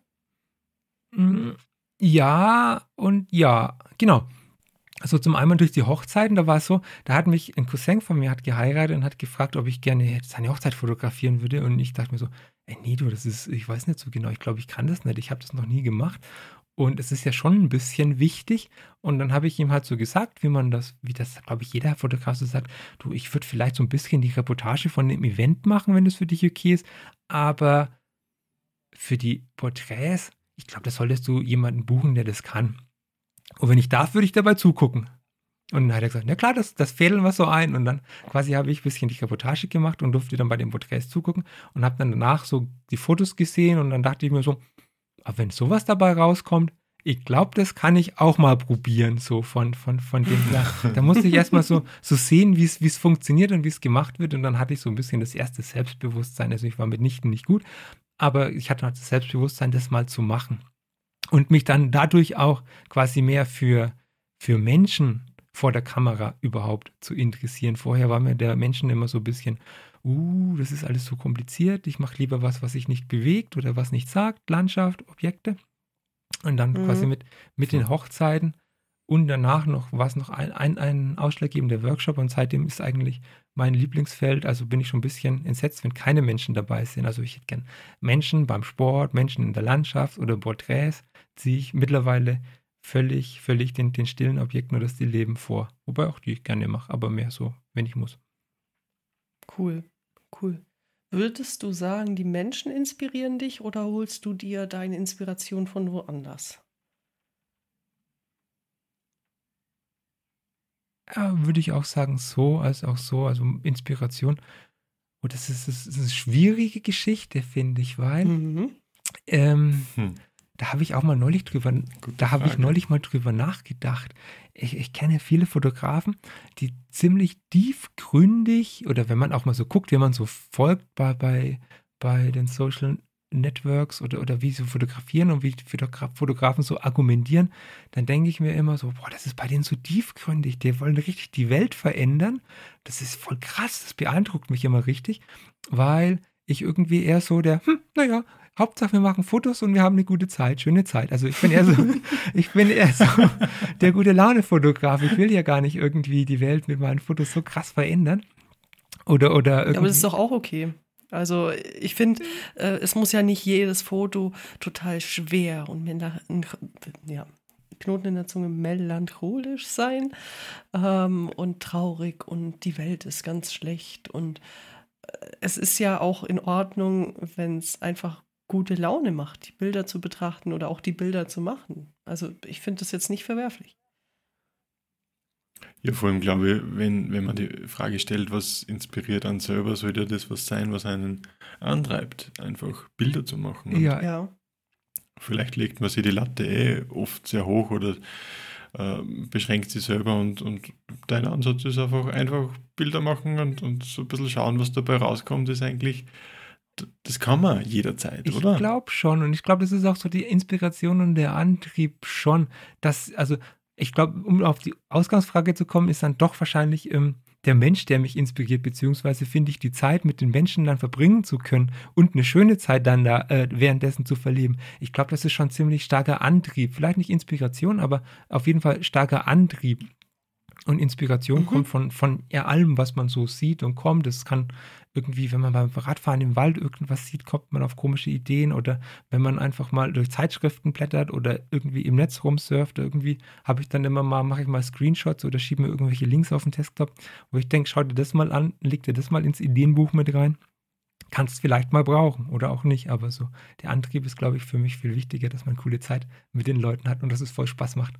Ja und ja, genau. Also zum einen durch die Hochzeiten, da war es so, da hat mich ein Cousin von mir hat geheiratet und hat gefragt, ob ich gerne seine Hochzeit fotografieren würde und ich dachte mir so, ey, nee, du, das ist, ich weiß nicht so genau, ich glaube, ich kann das nicht, ich habe das noch nie gemacht. Und es ist ja schon ein bisschen wichtig. Und dann habe ich ihm halt so gesagt, wie man das, wie das, glaube ich, jeder Fotograf so sagt, du, ich würde vielleicht so ein bisschen die Reportage von dem Event machen, wenn das für dich okay ist. Aber für die Porträts, ich glaube, da solltest du jemanden buchen, der das kann. Und wenn ich darf, würde ich dabei zugucken. Und dann hat er gesagt, na klar, das, das fädeln wir so ein. Und dann quasi habe ich ein bisschen die Reportage gemacht und durfte dann bei den Porträts zugucken und habe dann danach so die Fotos gesehen. Und dann dachte ich mir so, aber wenn sowas dabei rauskommt, ich glaube, das kann ich auch mal probieren, so von, von, von dem her. Da musste ich erstmal so, so sehen, wie es funktioniert und wie es gemacht wird. Und dann hatte ich so ein bisschen das erste Selbstbewusstsein. Also ich war mitnichten nicht gut, aber ich hatte halt das Selbstbewusstsein, das mal zu machen. Und mich dann dadurch auch quasi mehr für, für Menschen vor der Kamera überhaupt zu interessieren. Vorher war mir der Menschen immer so ein bisschen, uh, das ist alles so kompliziert, ich mache lieber was, was sich nicht bewegt oder was nicht sagt, Landschaft, Objekte. Und dann mhm. quasi mit, mit den Hochzeiten und danach noch war es noch ein, ein, ein ausschlaggebender Workshop und seitdem ist eigentlich mein Lieblingsfeld, also bin ich schon ein bisschen entsetzt, wenn keine Menschen dabei sind. Also ich hätte gern Menschen beim Sport, Menschen in der Landschaft oder Porträts, ziehe ich mittlerweile völlig, völlig den, den stillen Objekten oder das Stillleben vor. Wobei auch die ich gerne mache, aber mehr so, wenn ich muss. Cool, cool. Würdest du sagen, die Menschen inspirieren dich oder holst du dir deine Inspiration von woanders? Ja, würde ich auch sagen, so als auch so, also Inspiration. Und das ist, das ist eine schwierige Geschichte, finde ich, weil Mhm. ähm, Hm. da habe ich auch mal neulich drüber, Gute da habe ich Frage. neulich mal drüber nachgedacht. Ich, ich kenne viele Fotografen, die ziemlich tiefgründig, oder wenn man auch mal so guckt, wenn man so folgt bei, bei, bei den Social Networks oder, oder wie sie fotografieren und wie die Fotogra- Fotografen so argumentieren, dann denke ich mir immer so, boah, das ist bei denen so tiefgründig, die wollen richtig die Welt verändern. Das ist voll krass, das beeindruckt mich immer richtig, weil ich irgendwie eher so der, hm, naja, Hauptsache wir machen Fotos und wir haben eine gute Zeit, schöne Zeit. Also ich bin eher so, ich bin eher so der gute Laune-Fotograf. Ich will ja gar nicht irgendwie die Welt mit meinen Fotos so krass verändern. Oder, oder irgendwie. Aber das ist doch auch okay. Also ich finde, äh, es muss ja nicht jedes Foto total schwer und mela- ja, Knoten in der Zunge melancholisch sein ähm, und traurig und die Welt ist ganz schlecht. Und äh, es ist ja auch in Ordnung, wenn es einfach gute Laune macht, die Bilder zu betrachten oder auch die Bilder zu machen. Also ich finde das jetzt nicht verwerflich. Ja, vor allem glaube ich, wenn, wenn man die Frage stellt, was inspiriert einen selber, sollte das was sein, was einen antreibt, einfach Bilder zu machen. Und Ja, Ja, vielleicht legt man sich die Latte eh oft sehr hoch oder äh, beschränkt sich selber und, und dein Ansatz ist einfach, einfach Bilder machen und, und so ein bisschen schauen, was dabei rauskommt, ist eigentlich, d- das kann man jederzeit, ich oder? glaube schon. Und ich glaube, das ist auch so die Inspiration und der Antrieb schon, dass, also ich glaube, um auf die Ausgangsfrage zu kommen, ist dann doch wahrscheinlich ähm, der Mensch, der mich inspiriert, beziehungsweise finde ich die Zeit mit den Menschen dann verbringen zu können und eine schöne Zeit dann da äh, währenddessen zu verleben. Ich glaube, das ist schon ziemlich starker Antrieb. Vielleicht nicht Inspiration, aber auf jeden Fall starker Antrieb. Und Inspiration Mhm. kommt von, von eher allem, was man so sieht und kommt. Das kann irgendwie, wenn man beim Radfahren im Wald irgendwas sieht, kommt man auf komische Ideen. Oder wenn man einfach mal durch Zeitschriften blättert oder irgendwie im Netz rumsurft, irgendwie habe ich dann immer mal, mache ich mal Screenshots oder schiebe mir irgendwelche Links auf den Desktop, wo ich denke, schau dir das mal an, leg dir das mal ins Ideenbuch mit rein. Kannst es vielleicht mal brauchen oder auch nicht, aber so der Antrieb ist, glaube ich, für mich viel wichtiger, dass man coole Zeit mit den Leuten hat und dass es voll Spaß macht.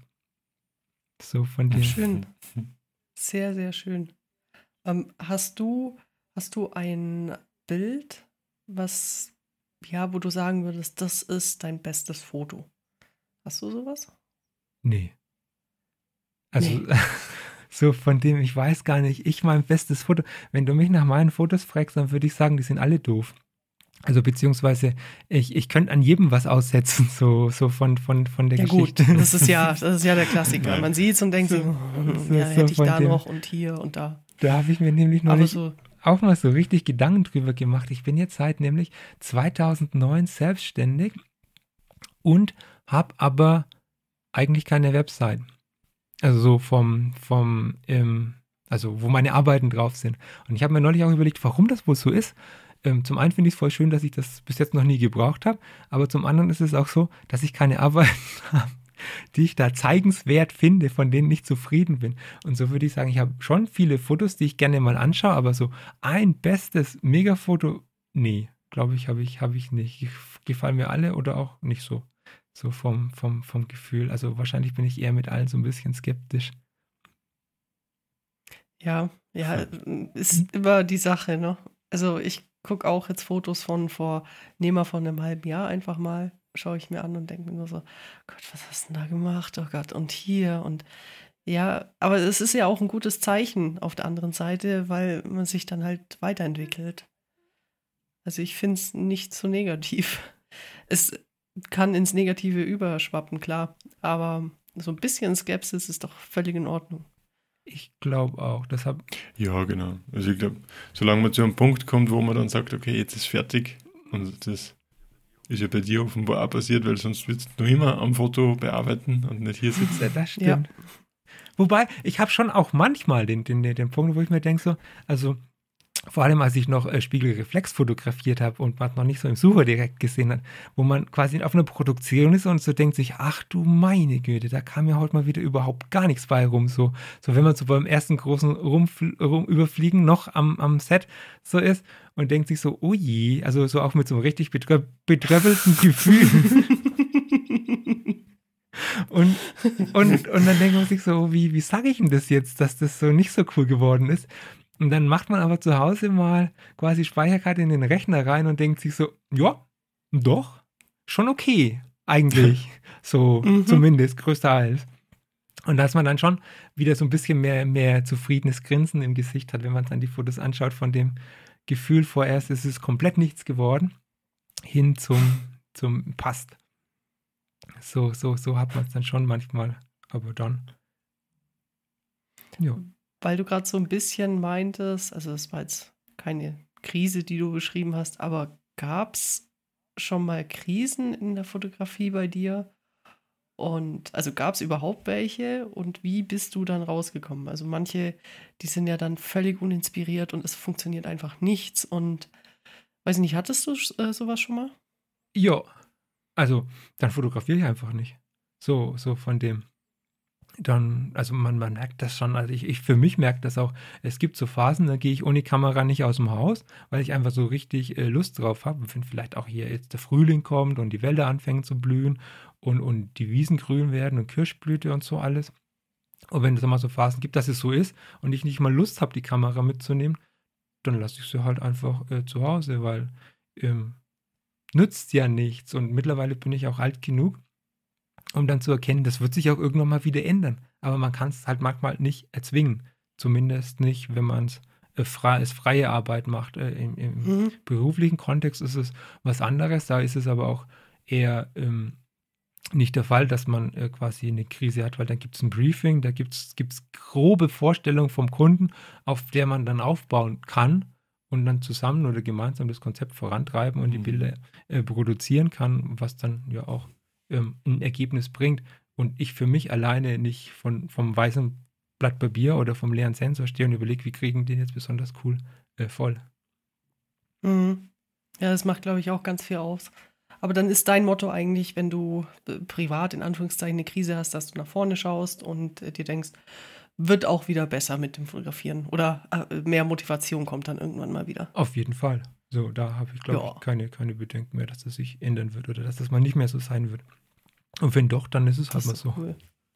So von dem. schön. Sehr, sehr schön. Ähm, hast du, hast du ein Bild, was, ja, wo du sagen würdest, das ist dein bestes Foto? Hast du sowas? Nee. Also, Nee. so von dem, ich weiß gar nicht, ich mein bestes Foto, wenn du mich nach meinen Fotos fragst, dann würde ich sagen, die sind alle doof. Also beziehungsweise, ich, ich könnte an jedem was aussetzen, so, so von, von, von der Ja gut, Geschichte. das ist ja, das ist ja der Klassiker. Ja. Man sieht es und denkt So, sich, hm, so- ja, so hätte ich von da dem- noch und hier und da. Da habe ich mir nämlich noch Aber nicht so, auch mal so richtig Gedanken drüber gemacht. Ich bin jetzt seit nämlich zweitausendneun selbstständig und habe aber eigentlich keine Website. Also so vom, vom, ähm, also wo meine Arbeiten drauf sind. Und ich habe mir neulich auch überlegt, warum das wohl so ist. Ähm, zum einen finde ich es voll schön, dass ich das bis jetzt noch nie gebraucht habe, aber zum anderen ist es auch so, dass ich keine Arbeiten habe, die ich da zeigenswert finde, von denen ich zufrieden bin. Und so würde ich sagen, ich habe schon viele Fotos, die ich gerne mal anschaue, aber so ein bestes Megafoto, nee, glaube ich, habe ich, habe ich nicht. Gefallen mir alle oder auch nicht so. So vom, vom, vom Gefühl. Also wahrscheinlich bin ich eher mit allen so ein bisschen skeptisch. ja, ja, ist immer die Sache, ne? Also ich gucke auch jetzt Fotos von vor, nehmen wir von einem halben Jahr einfach mal, schaue ich mir an und denke mir nur so, Gott, was hast du denn da gemacht? Oh Gott, und hier und ja, aber es ist ja auch ein gutes Zeichen auf der anderen Seite, weil man sich dann halt weiterentwickelt. Also ich finde es nicht so negativ. Es kann ins Negative überschwappen, klar, aber so ein bisschen Skepsis ist doch völlig in Ordnung. Ich glaube auch. Deshalb, Ja, genau. Also ich glaube, solange man zu einem Punkt kommt, wo man dann sagt, okay, jetzt ist fertig, und das ist ja bei dir offenbar auch passiert, weil sonst würdest du noch immer am Foto bearbeiten und nicht hier sitzen. äh, das stimmt. Wobei, ich habe schon auch manchmal den, den, den, den Punkt, wo ich mir denke, so, also vor allem als ich noch äh, Spiegelreflex fotografiert habe und man noch nicht so im Sucher direkt gesehen hat, wo man quasi auf einer Produktion ist und so denkt sich, ach du meine Güte, da kam ja heute mal wieder überhaupt gar nichts bei rum. So, so wenn man so beim ersten großen Rumfl- rum überfliegen noch am, am Set so ist und denkt sich so, oh je, also so auch mit so einem richtig betrö- betröppelten Gefühl. Und, und, und dann denkt man sich so, wie, wie sage ich denn das jetzt, dass das so nicht so cool geworden ist? Und dann macht man aber zu Hause mal quasi Speicherkarte in den Rechner rein und denkt sich so, ja, doch, schon okay. Eigentlich so Mhm. zumindest größtenteils. Und dass man dann schon wieder so ein bisschen mehr, mehr zufriedenes Grinsen im Gesicht hat, wenn man dann die Fotos anschaut, von dem Gefühl vorerst ist es komplett nichts geworden, hin zum, zum passt. So, so, so hat man es dann schon manchmal, aber dann, ja. Weil du gerade so ein bisschen meintest, also es war jetzt keine Krise, die du beschrieben hast, aber gab es schon mal Krisen in der Fotografie bei dir? Und also gab es überhaupt welche und wie bist du dann rausgekommen? Also manche, die sind ja dann völlig uninspiriert und es funktioniert einfach nichts und weiß nicht, hattest du äh, sowas schon mal? Ja, also dann fotografiere ich einfach nicht. So, so von dem. Dann, also man, man merkt das schon, also ich, ich für mich merke das auch, es gibt so Phasen, da gehe ich ohne Kamera nicht aus dem Haus, weil ich einfach so richtig äh, Lust drauf habe. Wenn vielleicht auch hier jetzt der Frühling kommt und die Wälder anfangen zu blühen und, und die Wiesen grün werden und Kirschblüte und so alles. Und wenn es mal so Phasen gibt, dass es so ist und ich nicht mal Lust habe, die Kamera mitzunehmen, dann lasse ich sie halt einfach äh, zu Hause, weil ähm, nützt ja nichts. Und mittlerweile bin ich auch alt genug, um dann zu erkennen, das wird sich auch irgendwann mal wieder ändern. Aber man kann es halt manchmal nicht erzwingen. Zumindest nicht, wenn man es äh, frei, als freie Arbeit macht. Äh, Im im Mhm. beruflichen Kontext ist es was anderes. Da ist es aber auch eher ähm, nicht der Fall, dass man äh, quasi eine Krise hat, weil dann gibt es ein Briefing, da gibt es grobe Vorstellungen vom Kunden, auf der man dann aufbauen kann und dann zusammen oder gemeinsam das Konzept vorantreiben und die Mhm. Bilder äh, produzieren kann, was dann ja auch ähm, ein Ergebnis bringt. Und ich für mich alleine nicht von, vom weißen Blatt Papier oder vom leeren Sensor stehe und überlege, wie kriegen die den jetzt besonders cool äh, voll. Mhm. Ja, das macht, glaube ich, auch ganz viel aus. Aber dann ist dein Motto eigentlich, wenn du äh, privat in Anführungszeichen eine Krise hast, dass du nach vorne schaust und äh, dir denkst, wird auch wieder besser mit dem Fotografieren. Oder äh, mehr Motivation kommt dann irgendwann mal wieder. Auf jeden Fall. So, da habe ich, glaube Ja. ich, keine, keine Bedenken mehr, dass das sich ändern wird oder dass das mal nicht mehr so sein wird. Und wenn doch, dann ist es halt Das mal ist so. cool.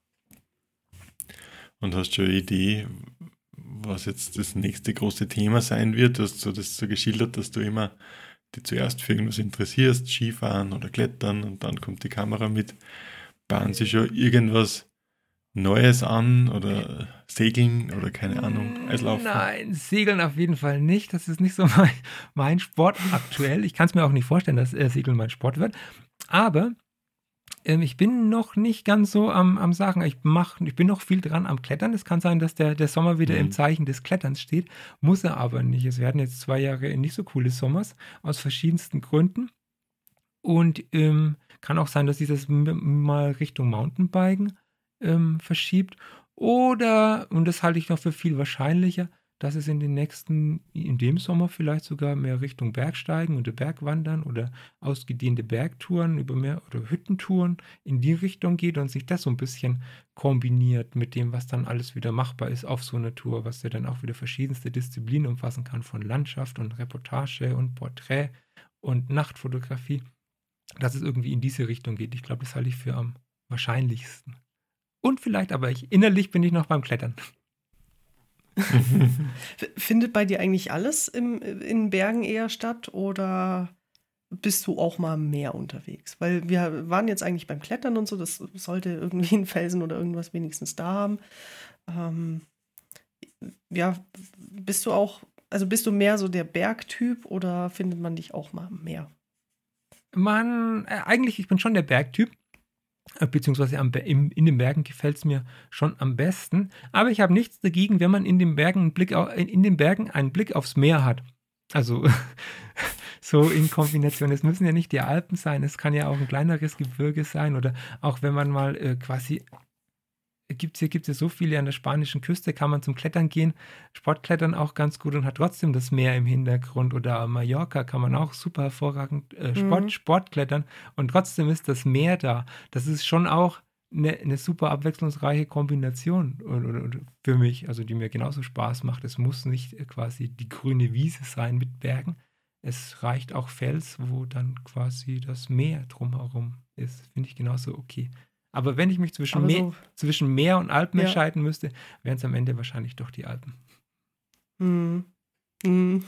Und hast du eine Idee, was jetzt das nächste große Thema sein wird? Du hast so das so geschildert, dass du immer dich zuerst für irgendwas interessierst, Skifahren oder Klettern und dann kommt die Kamera mit. Bahnen Sie schon irgendwas Neues an oder Segeln oder keine Ahnung, Eislaufen? Nein, Segeln auf jeden Fall nicht. Das ist nicht so mein, mein Sport aktuell. Ich kann es mir auch nicht vorstellen, dass äh, Segeln mein Sport wird. Aber ähm, ich bin noch nicht ganz so am, am Sagen. Ich, mach, ich bin noch viel dran am Klettern. Es kann sein, dass der, der Sommer wieder Mhm. im Zeichen des Kletterns steht. Muss er aber nicht. Es werden jetzt zwei Jahre nicht so coole Sommers aus verschiedensten Gründen. Und ähm, kann auch sein, dass dieses m- mal Richtung Mountainbiken ähm, verschiebt. Oder, und das halte ich noch für viel wahrscheinlicher, dass es in den nächsten, in dem Sommer vielleicht sogar mehr Richtung Bergsteigen oder Bergwandern oder ausgedehnte Bergtouren über mehr oder Hüttentouren in die Richtung geht und sich das so ein bisschen kombiniert mit dem, was dann alles wieder machbar ist auf so einer Tour, was ja dann auch wieder verschiedenste Disziplinen umfassen kann, von Landschaft und Reportage und Porträt und Nachtfotografie, dass es irgendwie in diese Richtung geht. Ich glaube, das halte ich für am wahrscheinlichsten. Und vielleicht, aber ich, innerlich bin ich noch beim Klettern. F- Findet bei dir eigentlich alles im, in Bergen eher statt oder bist du auch mal mehr unterwegs? Weil wir waren jetzt eigentlich beim Klettern und so, das sollte irgendwie ein Felsen oder irgendwas wenigstens da haben. Ähm, ja, bist du auch, also bist du mehr so der Bergtyp oder findet man dich auch mal mehr? Man, äh, eigentlich, ich bin schon der Bergtyp. äh, Beziehungsweise am, Be- im, in den Bergen gefällt es mir schon am besten. Aber ich habe nichts dagegen, wenn man in den Bergen einen Blick, au, in, in den Bergen einen Blick aufs Meer hat. Also so in Kombination. Es müssen ja nicht die Alpen sein, es kann ja auch ein kleineres Gebirge sein oder auch wenn man mal äh, quasi, gibt's hier gibt es ja so viele an der spanischen Küste, kann man zum Klettern gehen, Sportklettern auch ganz gut und hat trotzdem das Meer im Hintergrund oder auf Mallorca kann man auch super hervorragend äh, Sport, Mhm. Sportklettern und trotzdem ist das Meer da. Das ist schon auch eine, eine super abwechslungsreiche Kombination oder, oder, oder für mich, also die mir genauso Spaß macht. Es muss nicht äh, quasi die grüne Wiese sein mit Bergen. Es reicht auch Fels, wo dann quasi das Meer drumherum ist. Finde ich genauso okay. Aber wenn ich mich zwischen, Aber Meer, so, zwischen Meer und Alpen Ja. entscheiden müsste, wären es am Ende wahrscheinlich doch die Alpen. hm, hm.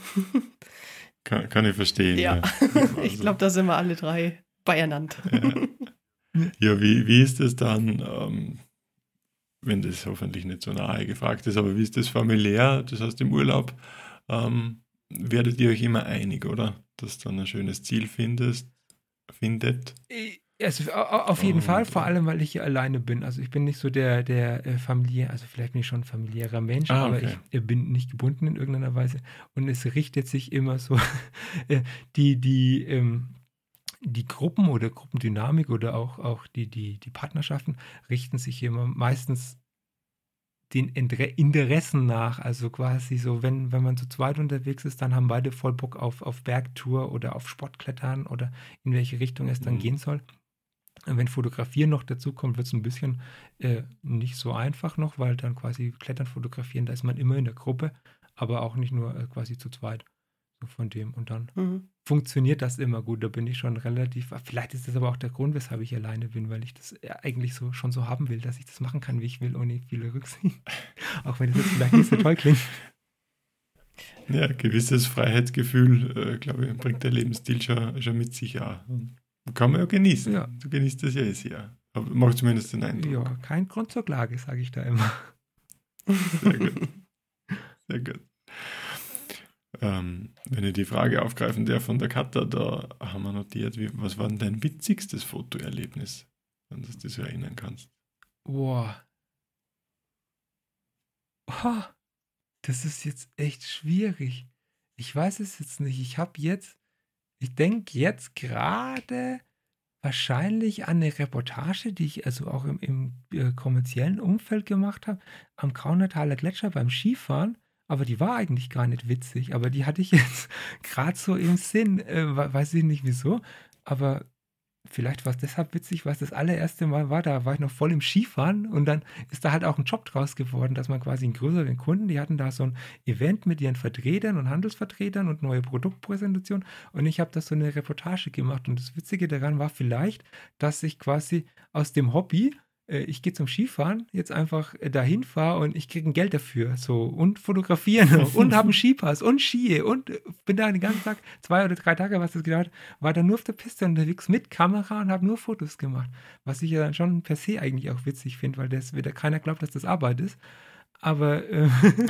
Kann, kann ich verstehen. Ja. Ja. Ich glaube, da sind wir alle drei beieinander. Ja. Ja, wie, wie ist das dann, ähm, wenn das hoffentlich nicht so nahe gefragt ist, aber wie ist das familiär? Das heißt, im Urlaub ähm, werdet ihr euch immer einig, oder? Dass du dann ein schönes Ziel findest, findet. Also auf jeden Und, Fall, vor äh, allem, weil ich hier alleine bin. Also ich bin nicht so der, der äh, Familie, also vielleicht bin ich schon ein familiärer Mensch, Ah, aber okay. ich äh, bin nicht gebunden in irgendeiner Weise. Und es richtet sich immer so, äh, die, die, ähm, die Gruppen oder Gruppendynamik oder auch, auch die, die, die Partnerschaften richten sich immer meistens den Inter- Interessen nach. Also quasi so, wenn, wenn man zu zweit unterwegs ist, dann haben beide voll Bock auf, auf Bergtour oder auf Sportklettern oder in welche Richtung es dann Mhm. gehen soll. Und wenn Fotografieren noch dazu kommt, wird es ein bisschen äh, nicht so einfach noch, weil dann quasi Klettern, Fotografieren, da ist man immer in der Gruppe, aber auch nicht nur äh, quasi zu zweit. So von dem. Und dann Mhm. funktioniert das immer gut. Da bin ich schon relativ. Vielleicht ist das aber auch der Grund, weshalb ich alleine bin, weil ich das äh, eigentlich so schon so haben will, dass ich das machen kann, wie ich will, ohne viele Rücksicht. Auch wenn das jetzt vielleicht nicht so toll klingt. Ja, gewisses Freiheitsgefühl, äh, glaube ich, bringt der Lebensstil schon, schon mit sich auch. Und kann man ja genießen. Ja. Du genießt das ja eh sehr. Aber macht zumindest den Eindruck. Ja, kein Grund zur Klage, sage ich da immer. Sehr gut. Sehr gut. Ähm, wenn ich die Frage aufgreifen darf von der Katha, da haben wir notiert, wie, was war denn dein witzigstes Fotoerlebnis, wenn du dich so erinnern kannst? Boah. Oh, das ist jetzt echt schwierig. Ich weiß es jetzt nicht. Ich habe jetzt, ich denke jetzt gerade wahrscheinlich an eine Reportage, die ich also auch im, im äh, kommerziellen Umfeld gemacht habe, am Kaunertaler Gletscher beim Skifahren. Aber die war eigentlich gar nicht witzig. Aber die hatte ich jetzt gerade so im Sinn. Äh, we- weiß ich nicht wieso. Aber vielleicht war es deshalb witzig, weil es das allererste Mal war, da war ich noch voll im Skifahren und dann ist da halt auch ein Job draus geworden, dass man quasi einen größeren Kunden, die hatten da so ein Event mit ihren Vertretern und Handelsvertretern und neue Produktpräsentation und ich habe da so eine Reportage gemacht und das Witzige daran war vielleicht, dass ich quasi aus dem Hobby, äh, ich gehe zum Skifahren, jetzt einfach äh, dahin fahre und ich kriege ein Geld dafür, so und fotografieren noch und habe einen Skipass und Skier und äh, bin da den ganzen Tag, zwei oder drei Tage, was das gedauert, war dann nur auf der Piste unterwegs mit Kamera und habe nur Fotos gemacht. Was ich ja dann schon per se eigentlich auch witzig finde, weil das wieder keiner glaubt, dass das Arbeit ist. Aber, äh,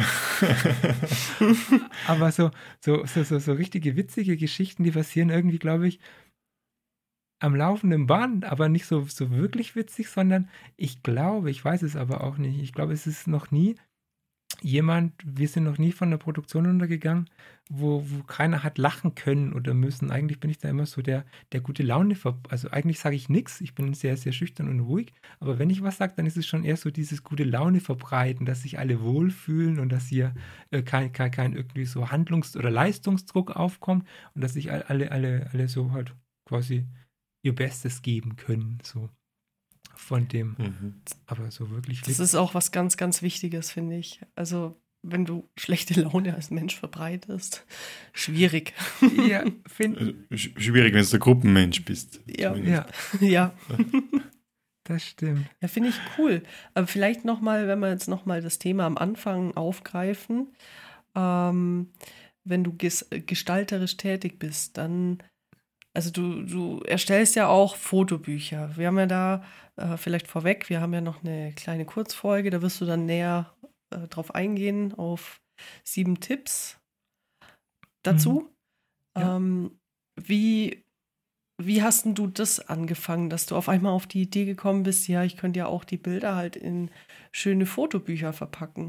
aber so, so, so, so, so richtige witzige Geschichten, die passieren irgendwie, glaube ich, am laufenden Band, aber nicht so, so wirklich witzig, sondern ich glaube, ich weiß es aber auch nicht, ich glaube, es ist noch nie jemand, wir sind noch nie von der Produktion untergegangen, wo, wo keiner hat lachen können oder müssen. Eigentlich bin ich da immer so der, der gute Laune, ver also eigentlich sage ich nichts, ich bin sehr, sehr schüchtern und ruhig, aber wenn ich was sage, dann ist es schon eher so dieses gute Laune verbreiten, dass sich alle wohlfühlen und dass hier äh, kein, kein, kein irgendwie so Handlungs- oder Leistungsdruck aufkommt und dass sich alle, alle, alle so halt quasi ihr Bestes geben können, so von dem, Mhm. aber so wirklich Das ist auch was ganz, ganz Wichtiges, finde ich. Also, wenn du schlechte Laune als Mensch verbreitest, schwierig. ja, finde Also, sch- schwierig, wenn du der Gruppenmensch bist. Ja. zumindest. ja, Ja, das stimmt. ja, finde ich cool. Aber vielleicht nochmal, wenn wir jetzt nochmal das Thema am Anfang aufgreifen, ähm, wenn du ges gestalterisch tätig bist, dann, also du, du erstellst ja auch Fotobücher. Wir haben ja da, äh, vielleicht vorweg, wir haben ja noch eine kleine Kurzfolge, da wirst du dann näher äh, drauf eingehen, auf sieben Tipps dazu. Ja. Ähm, wie, wie hast denn du das angefangen, dass du auf einmal auf die Idee gekommen bist, ja, ich könnte ja auch die Bilder halt in schöne Fotobücher verpacken?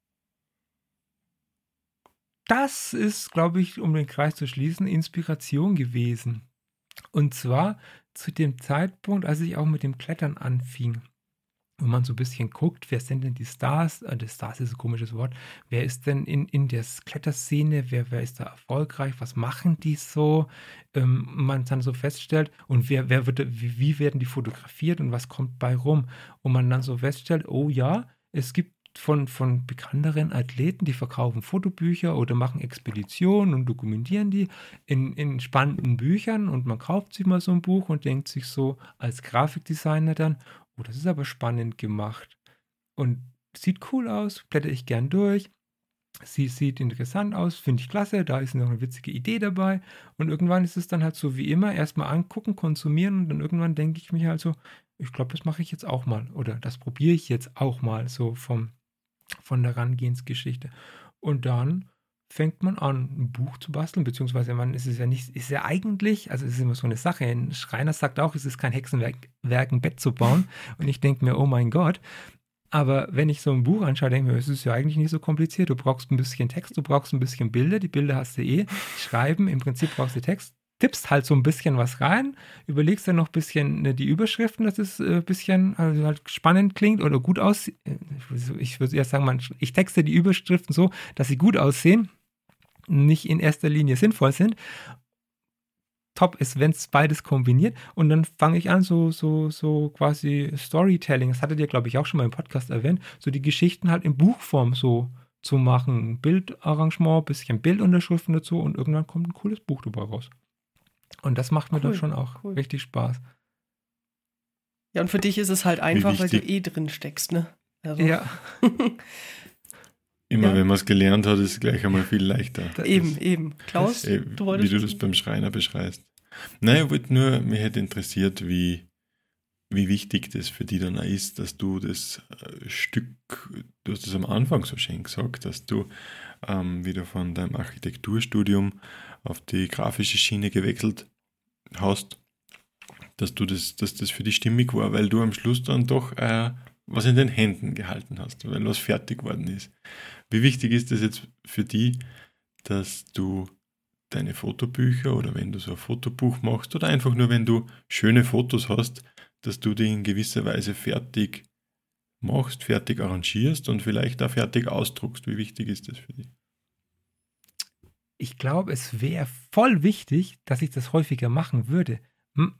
Das ist, glaube ich, um den Kreis zu schließen, Inspiration gewesen. Und zwar zu dem Zeitpunkt, als ich auch mit dem Klettern anfing. Wenn man so ein bisschen guckt, wer sind denn die Stars? Äh, die Stars ist ein komisches Wort. Wer ist denn in, in der Kletterszene? Wer, wer ist da erfolgreich? Was machen die so? Ähm, man dann so feststellt, und wer, wer wird, wie, wie werden die fotografiert und was kommt bei rum? Und man dann so feststellt, oh ja, es gibt von, von bekannteren Athleten, die verkaufen Fotobücher oder machen Expeditionen und dokumentieren die in, in spannenden Büchern und man kauft sich mal so ein Buch und denkt sich so als Grafikdesigner dann, oh, das ist aber spannend gemacht und sieht cool aus, blätter ich gern durch. sie sieht interessant aus, finde ich klasse, da ist noch eine witzige Idee dabei und irgendwann ist es dann halt so wie immer, erstmal angucken, konsumieren und dann irgendwann denke ich mich halt so, ich glaube, das mache ich jetzt auch mal oder das probiere ich jetzt auch mal so vom, von der Herangehensgeschichte. Und dann fängt man an, ein Buch zu basteln, beziehungsweise man ist es ja nicht, ist ja eigentlich, also es ist immer so eine Sache, ein Schreiner sagt auch, es ist kein Hexenwerk, Werk, ein Bett zu bauen und ich denke mir, oh mein Gott, aber wenn ich so ein Buch anschaue, denke ich mir, es ist ja eigentlich nicht so kompliziert. Du brauchst ein bisschen Text, du brauchst ein bisschen Bilder. Die Bilder hast du eh. Schreiben, im Prinzip brauchst du Text. Tippst halt so ein bisschen was rein. Überlegst dann noch ein bisschen ne, die Überschriften, dass es ein äh, bisschen also halt spannend klingt oder gut aussieht. Ich würde eher sagen, man, ich texte die Überschriften so, dass sie gut aussehen, nicht in erster Linie sinnvoll sind. Top ist, wenn es beides kombiniert und dann fange ich an, so, so, so quasi Storytelling, das hattet ihr, glaube ich, auch schon mal im Podcast erwähnt, so die Geschichten halt in Buchform so zu machen. Bildarrangement, bisschen Bildunterschriften dazu und irgendwann kommt ein cooles Buch dabei raus. Und das macht mir Cool, dann schon auch cool. richtig Spaß. Ja, und für dich ist es halt einfach, weil du wichtig. eh drin steckst, ne? Also, Ja, Immer Ja. wenn man es gelernt hat, ist es gleich einmal viel leichter. das eben, ist- eben. Klaus, Äh, du wolltest... wie du das beim Schreiner beschreibst. Nein, ich wollte nur, mich hätte interessiert, wie, wie wichtig das für dich dann auch ist, dass du das äh, Stück, du hast das am Anfang so schön gesagt, dass du ähm, wieder von deinem Architekturstudium auf die grafische Schiene gewechselt hast, dass du das, dass das für dich stimmig war, weil du am Schluss dann doch äh, was in den Händen gehalten hast, weil was fertig worden ist. Wie wichtig ist das jetzt für dich, dass du deine Fotobücher oder wenn du so ein Fotobuch machst oder einfach nur, wenn du schöne Fotos hast, dass du die in gewisser Weise fertig machst, fertig arrangierst und vielleicht auch fertig ausdruckst. Wie wichtig ist das für dich? ich glaube, es wäre voll wichtig, dass ich das häufiger machen würde. M-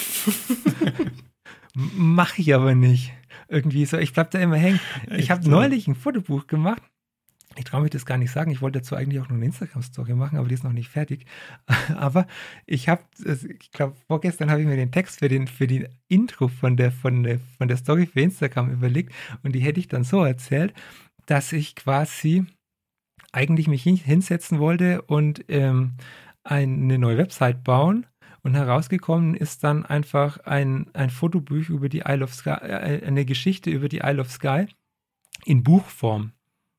Mache ich aber nicht. Irgendwie so, ich bleibe da immer hängen. Ich Echt habe so? neulich ein Fotobuch gemacht. Ich traue mich das gar nicht sagen. Ich wollte dazu eigentlich auch noch eine Instagram-Story machen, aber die ist noch nicht fertig. Aber ich habe, ich glaube, vorgestern habe ich mir den Text für den für die Intro von der, von der, von der Story für Instagram überlegt und die hätte ich dann so erzählt, dass ich quasi eigentlich mich hin- hinsetzen wollte und ähm, eine neue Website bauen. Und herausgekommen ist dann einfach ein, ein Fotobuch über die Isle of Skye, äh, eine Geschichte über die Isle of Skye in Buchform.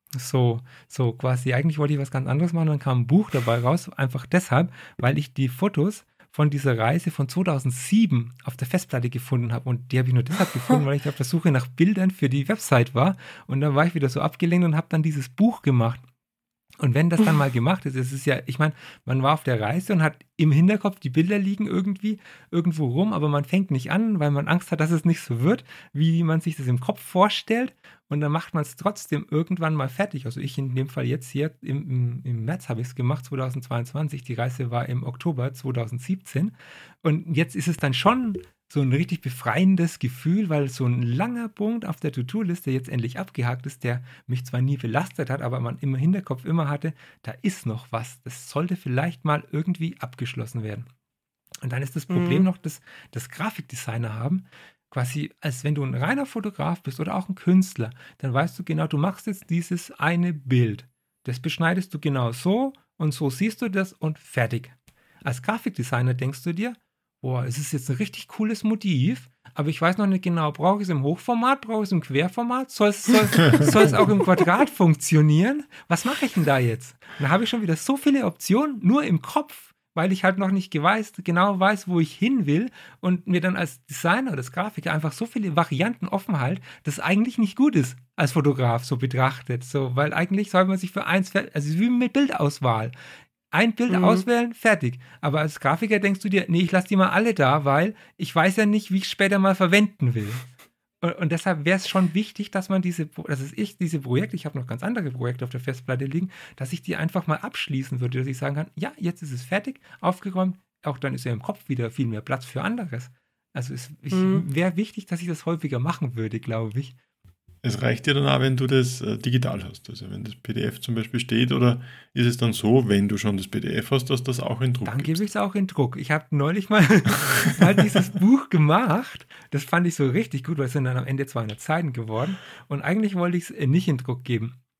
So, so quasi, eigentlich wollte ich was ganz anderes machen, dann kam ein Buch dabei raus, einfach deshalb, weil ich die Fotos von dieser Reise von zweitausendsieben auf der Festplatte gefunden habe. Und die habe ich nur deshalb gefunden, weil ich auf der Suche nach Bildern für die Website war. Und dann war ich wieder so abgelenkt und habe dann dieses Buch gemacht. Und wenn das dann mal gemacht ist, es ist ja, ich meine, man war auf der Reise und hat im Hinterkopf, die Bilder liegen irgendwie irgendwo rum, aber man fängt nicht an, weil man Angst hat, dass es nicht so wird, wie man sich das im Kopf vorstellt. Und dann macht man es trotzdem irgendwann mal fertig. Also ich in dem Fall jetzt hier, im, im, im März habe ich es gemacht, zweitausendzweiundzwanzig. Die Reise war im Oktober zweitausendsiebzehn. Und jetzt ist es dann schon so ein richtig befreiendes Gefühl, weil so ein langer Punkt auf der To-Do-Liste jetzt endlich abgehakt ist, der mich zwar nie belastet hat, aber man im Hinterkopf immer hatte, da ist noch was. Das sollte vielleicht mal irgendwie abgeschlossen werden. Und dann ist das Problem Mhm. noch, dass das Grafikdesigner haben, quasi, als wenn du ein reiner Fotograf bist oder auch ein Künstler, dann weißt du genau, du machst jetzt dieses eine Bild. Das beschneidest du genau so und so siehst du das und fertig. Als Grafikdesigner denkst du dir, boah, es ist jetzt ein richtig cooles Motiv, aber ich weiß noch nicht genau, brauche ich es im Hochformat, brauche ich es im Querformat, soll es, soll, soll es auch im Quadrat funktionieren? Was mache ich denn da jetzt? Und da habe ich schon wieder so viele Optionen, nur im Kopf, weil ich halt noch nicht weiß, genau weiß, wo ich hin will und mir dann als Designer oder als Grafiker einfach so viele Varianten offen halt, dass eigentlich nicht gut ist als Fotograf so betrachtet, so, weil eigentlich soll man sich für eins, fer- also wie mit Bildauswahl, ein Bild Mhm. auswählen, fertig. Aber als Grafiker denkst du dir, nee, ich lasse die mal alle da, weil ich weiß ja nicht, wie ich es später mal verwenden will. Und, und deshalb wäre es schon wichtig, dass man diese, das ist ich, diese Projekte, ich habe noch ganz andere Projekte auf der Festplatte liegen, dass ich die einfach mal abschließen würde, dass ich sagen kann, ja, jetzt ist es fertig, aufgeräumt, auch dann ist ja im Kopf wieder viel mehr Platz für anderes. Also es ich- Mhm. wäre wichtig, dass ich das häufiger machen würde, glaube ich. Es reicht dir dann auch, wenn du das äh, digital hast. Also wenn das P D F zum Beispiel steht, oder ist es dann so, wenn du schon das P D F hast, dass das auch in Druck Dann gibt? gebe ich es auch in Druck. Ich habe neulich mal, mal dieses Buch gemacht. Das fand ich so richtig gut, weil es sind dann am Ende zweihundert Seiten geworden. Und eigentlich wollte ich es nicht in Druck geben.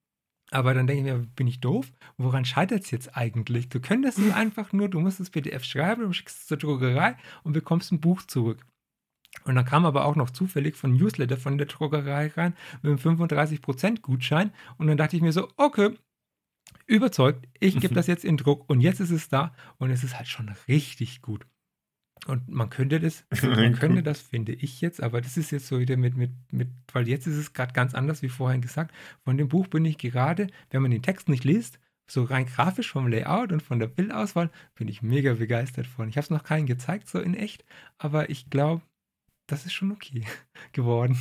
Aber dann denke ich mir, bin ich doof? Woran scheitert es jetzt eigentlich? Du könntest es einfach nur, du musst das P D F schreiben, du schickst es zur Druckerei und bekommst ein Buch zurück. Und dann kam aber auch noch zufällig von Newsletter von der Druckerei rein mit einem fünfunddreißig Prozent Gutschein. Und dann dachte ich mir so, okay, überzeugt, ich gebe das jetzt in Druck und jetzt ist es da und es ist halt schon richtig gut. Und man könnte das, man könnte das, finde ich jetzt, aber das ist jetzt so wieder mit, mit, mit, weil jetzt ist es gerade ganz anders, wie vorhin gesagt. Von dem Buch bin ich gerade, wenn man den Text nicht liest, so rein grafisch vom Layout und von der Bildauswahl, bin ich mega begeistert von. Ich habe es noch keinen gezeigt, so in echt, aber ich glaube, das ist schon okay geworden.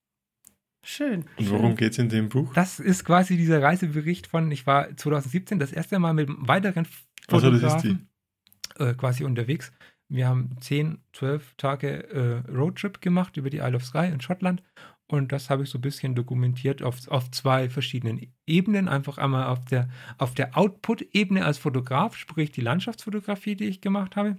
Schön. Und worum geht es in dem Buch? Das ist quasi dieser Reisebericht von, ich war zwanzig siebzehn das erste Mal mit einem weiteren Also, das ist Fotografen äh, quasi unterwegs. Wir haben zehn, zwölf Tage äh, Roadtrip gemacht über die Isle of Skye in Schottland und das habe ich so ein bisschen dokumentiert auf, auf zwei verschiedenen Ebenen. Einfach einmal auf der, auf der Output-Ebene als Fotograf, sprich die Landschaftsfotografie, die ich gemacht habe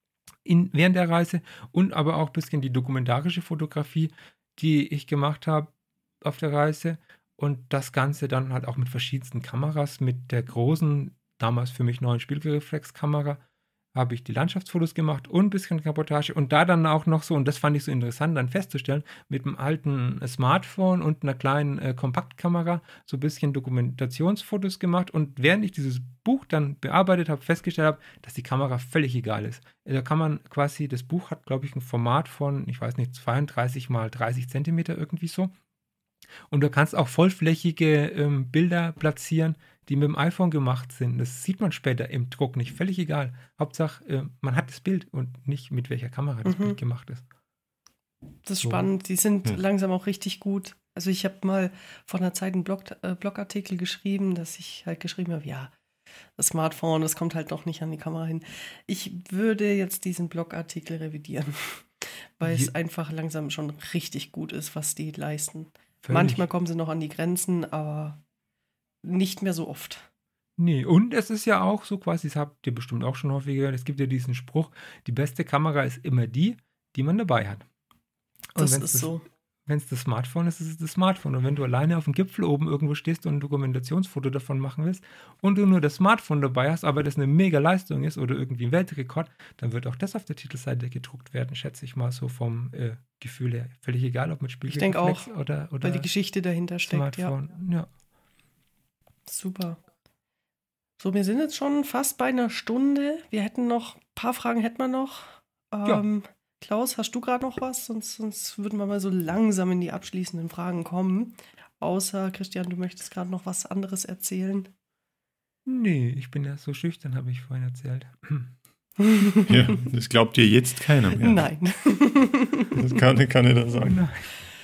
in, während der Reise und aber auch ein bisschen die dokumentarische Fotografie, die ich gemacht habe auf der Reise und das Ganze dann halt auch mit verschiedensten Kameras, mit der großen, damals für mich neuen Spiegelreflexkamera, habe ich die Landschaftsfotos gemacht und ein bisschen Reportage und da dann auch noch so, und das fand ich so interessant dann festzustellen, mit einem alten Smartphone und einer kleinen äh, Kompaktkamera so ein bisschen Dokumentationsfotos gemacht und während ich dieses Buch dann bearbeitet habe, festgestellt habe, dass die Kamera völlig egal ist. Da kann man quasi, das Buch hat glaube ich ein Format von, ich weiß nicht, zweiunddreißig mal dreißig Zentimeter irgendwie so. Und du kannst auch vollflächige ähm, Bilder platzieren, die mit dem iPhone gemacht sind. Das sieht man später im Druck nicht. Völlig egal. Hauptsache, äh, man hat das Bild und nicht mit welcher Kamera das Mhm. Bild gemacht ist. Das ist So. spannend. Die sind Hm. langsam auch richtig gut. Also ich habe mal vor einer Zeit einen Blog, äh, Blogartikel geschrieben, dass ich halt geschrieben habe, ja, das Smartphone, das kommt halt doch nicht an die Kamera hin. Ich würde jetzt diesen Blogartikel revidieren, weil Je- es einfach langsam schon richtig gut ist, was die leisten. Völlig. Manchmal kommen sie noch an die Grenzen, aber nicht mehr so oft. Nee, und es ist ja auch so quasi, das habt ihr bestimmt auch schon häufig gehört, es gibt ja diesen Spruch, die beste Kamera ist immer die, die man dabei hat. Und Das wenn's ist so. Wenn es das Smartphone ist, ist es das Smartphone. Und wenn du alleine auf dem Gipfel oben irgendwo stehst und ein Dokumentationsfoto davon machen willst und du nur das Smartphone dabei hast, aber das eine mega Leistung ist oder irgendwie ein Weltrekord, dann wird auch das auf der Titelseite gedruckt werden, schätze ich mal so vom äh, Gefühl her. Völlig egal, ob mit denk auch, Spiegelreflex oder, oder Weil die Geschichte dahinter steckt, ja. Smartphone. Ja. Super. So, wir sind jetzt schon fast bei einer Stunde. Wir hätten noch, ein paar Fragen hätten wir noch. Ja. Ähm, Klaus, hast du gerade noch was? Sonst, sonst würden wir mal so langsam in die abschließenden Fragen kommen. Außer, Christian, du möchtest gerade noch was anderes erzählen. Nee, ich bin ja so schüchtern, habe ich vorhin erzählt. Ja, das glaubt dir jetzt keiner mehr. Nein. Das kann, kann ich da Oh sagen. nein.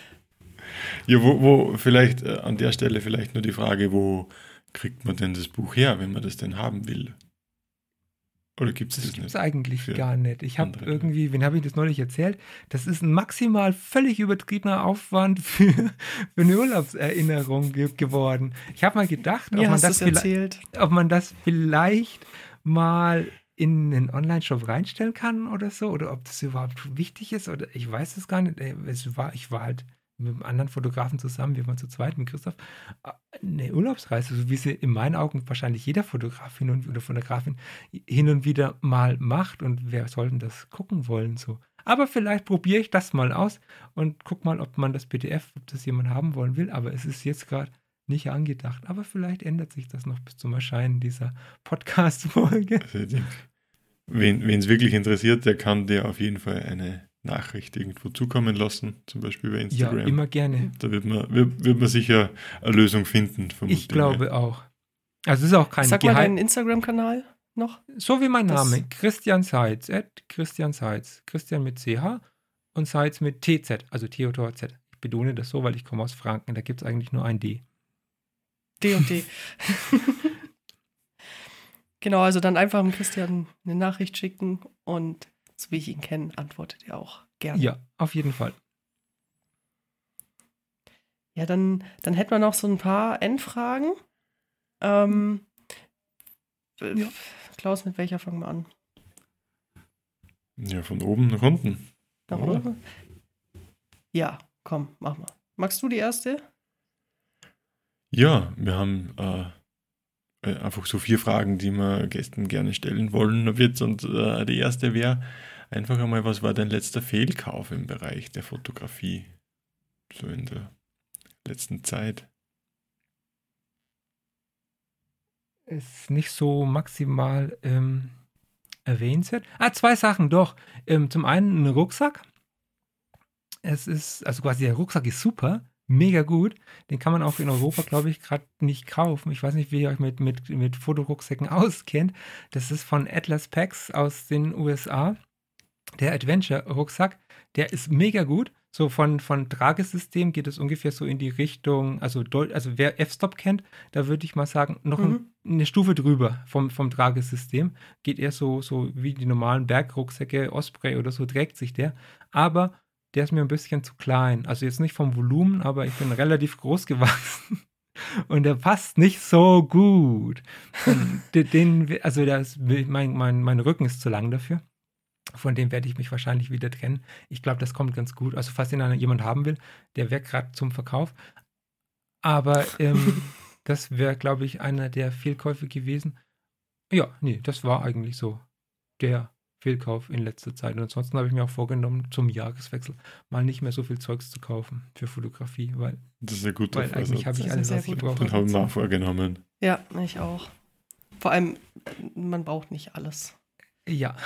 Ja, wo, wo vielleicht äh, an der Stelle vielleicht nur die Frage, wo kriegt man denn das Buch her, wenn man das denn haben will? Oder gibt es Das das gibt es nicht? eigentlich für gar nicht. Ich habe andere irgendwie, wen habe ich das neulich erzählt? Das ist ein maximal völlig übertriebener Aufwand für, für eine Urlaubserinnerung ge geworden. Ich habe mal gedacht, ob Mir man, hast du das es vielleicht, erzählt. ob man das vielleicht mal in einen Online-Shop reinstellen kann oder so. Oder ob das überhaupt wichtig ist. Oder ich weiß es gar nicht. Äh, Es war, ich war halt mit einem anderen Fotografen zusammen, wir waren zu zweit mit Christoph, eine Urlaubsreise, so wie sie in meinen Augen wahrscheinlich jeder Fotograf hin und, oder Fotografin hin und wieder mal macht und wer soll denn das gucken wollen so. Aber vielleicht probiere ich das mal aus und guck mal, ob man das P D F, ob das jemand haben wollen will, aber es ist jetzt gerade nicht angedacht. Aber vielleicht ändert sich das noch bis zum Erscheinen dieser Podcast-Folge. Also ich denke, wen es wirklich interessiert, der kann dir auf jeden Fall eine Nachricht irgendwo zukommen lassen, zum Beispiel bei Ja, Instagram. immer gerne. Da wird man, wird, wird man sicher eine Lösung finden. vermute Ich glaube auch. Also es ist auch kein Sag mal Geheim. deinen Instagram-Kanal noch. So wie mein Das- Name, Christian Seitz, at Christian Seitz. Christian mit C H und Seitz mit T Z, also Theodor Z. Ich betone das so, weil ich komme aus Franken, da gibt es eigentlich nur ein D. D und D. Genau, also dann einfach dem Christian eine Nachricht schicken und so wie ich ihn kenne, antwortet er auch gerne. Ja, auf jeden Fall. Ja, dann, dann hätten wir noch so ein paar Endfragen. Ähm, äh, Ja. Klaus, mit welcher fangen wir an? Ja, von oben nach unten. Nach Oder? oben? Ja, komm, mach mal. Magst du die erste? Ja, wir haben äh, einfach so vier Fragen, die wir Gästen gerne stellen wollen. Wird. Und äh, die erste wäre einfach einmal, was war dein letzter Fehlkauf im Bereich der Fotografie? So in der letzten Zeit. Ist nicht so maximal ähm, erwähnenswert. Ah, zwei Sachen doch. Ähm, zum einen ein Rucksack. Es ist, also quasi der Rucksack ist super, mega gut. Den kann man auch in Europa, glaube ich, gerade nicht kaufen. Ich weiß nicht, wie ihr euch mit, mit, mit Fotorucksäcken auskennt. Das ist von Atlas Packs aus den U S A. Der Adventure-Rucksack, der ist mega gut. So von, von Tragesystem geht es ungefähr so in die Richtung, also, deut- also wer F-Stop kennt, da würde ich mal sagen, noch ein, Mhm. eine Stufe drüber vom, vom Tragesystem. Geht eher so, so wie die normalen Bergrucksäcke, Osprey oder so, trägt sich der. Aber der ist mir ein bisschen zu klein. Also jetzt nicht vom Volumen, aber ich bin relativ groß gewachsen. Und der passt nicht so gut. Und den, den- also der ist, mein, mein, mein Rücken ist zu lang dafür. Von dem werde ich mich wahrscheinlich wieder trennen. Ich glaube, das kommt ganz gut. Also falls ihn einer- jemand haben will, der wäre gerade zum Verkauf. Aber ähm, das wäre, glaube ich, einer der Fehlkäufe gewesen. Ja, nee, das war eigentlich so der Fehlkauf in letzter Zeit. Und ansonsten habe ich mir auch vorgenommen, zum Jahreswechsel mal nicht mehr so viel Zeugs zu kaufen für Fotografie, weil, Das ist ein guter weil eigentlich habe Vorsatz. ich Das ist alles, ein was sehr ich guter brauche. Den haben wir auch vorgenommen. Ja, ich auch. Vor allem, man braucht nicht alles. Ja,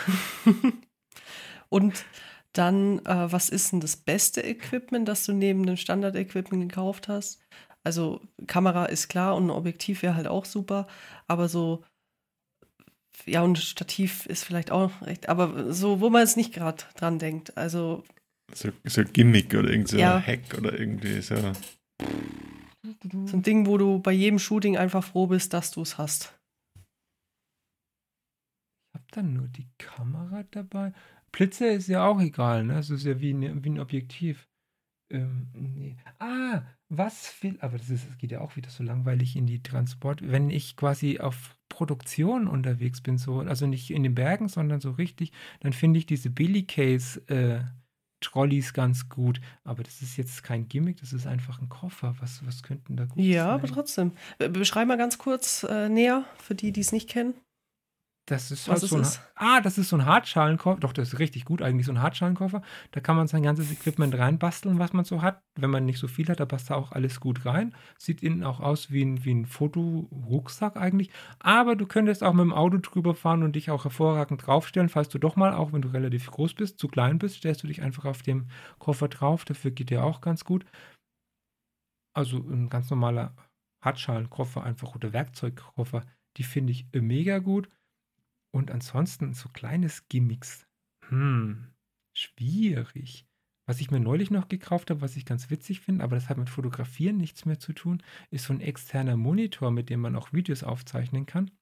Und dann, äh, was ist denn das beste Equipment, das du neben dem Standard-Equipment gekauft hast? Also Kamera ist klar und ein Objektiv wäre halt auch super, aber so, ja, und Stativ ist vielleicht auch recht, aber so, wo man jetzt nicht gerade dran denkt. Also, So, so ein Gimmick oder irgend so Ja. ein Hack oder irgendwie so. so ein Ding, wo du bei jedem Shooting einfach froh bist, dass du es hast. ich habe dann nur die Kamera dabei. Blitze ist ja auch egal, ne? Das ist ja wie, ne, wie ein Objektiv. Ähm, nee. Ah, was viel, aber das, ist, das geht ja auch wieder so langweilig in die Transport. Wenn ich quasi auf Produktion unterwegs bin, so, also nicht in den Bergen, sondern so richtig, dann finde ich diese Billy Case äh, Trolleys ganz gut. Aber das ist jetzt kein Gimmick, das ist einfach ein Koffer. Was, was könnten da gut Ja, sein? aber trotzdem. Be- Beschreib mal ganz kurz äh, näher, für die, die es nicht kennen. Das ist Was halt es so ein, ist? ah, das ist so ein Hartschalenkoffer. Doch, das ist richtig gut eigentlich, so ein Hartschalenkoffer. Da kann man sein ganzes Equipment reinbasteln, was man so hat. Wenn man nicht so viel hat, da passt da auch alles gut rein. Sieht innen auch aus wie ein, wie ein Fotorucksack eigentlich. Aber du könntest auch mit dem Auto drüber fahren und dich auch hervorragend draufstellen, falls du doch mal, auch wenn du relativ groß bist, zu klein bist, stellst du dich einfach auf dem Koffer drauf. Dafür geht der auch ganz gut. Also ein ganz normaler Hartschalenkoffer einfach oder Werkzeugkoffer, die finde ich äh, mega gut. Und ansonsten so kleines Gimmicks. Hm, schwierig. Was ich mir neulich noch gekauft habe, was ich ganz witzig finde, aber das hat mit Fotografieren nichts mehr zu tun, ist so ein externer Monitor, mit dem man auch Videos aufzeichnen kann.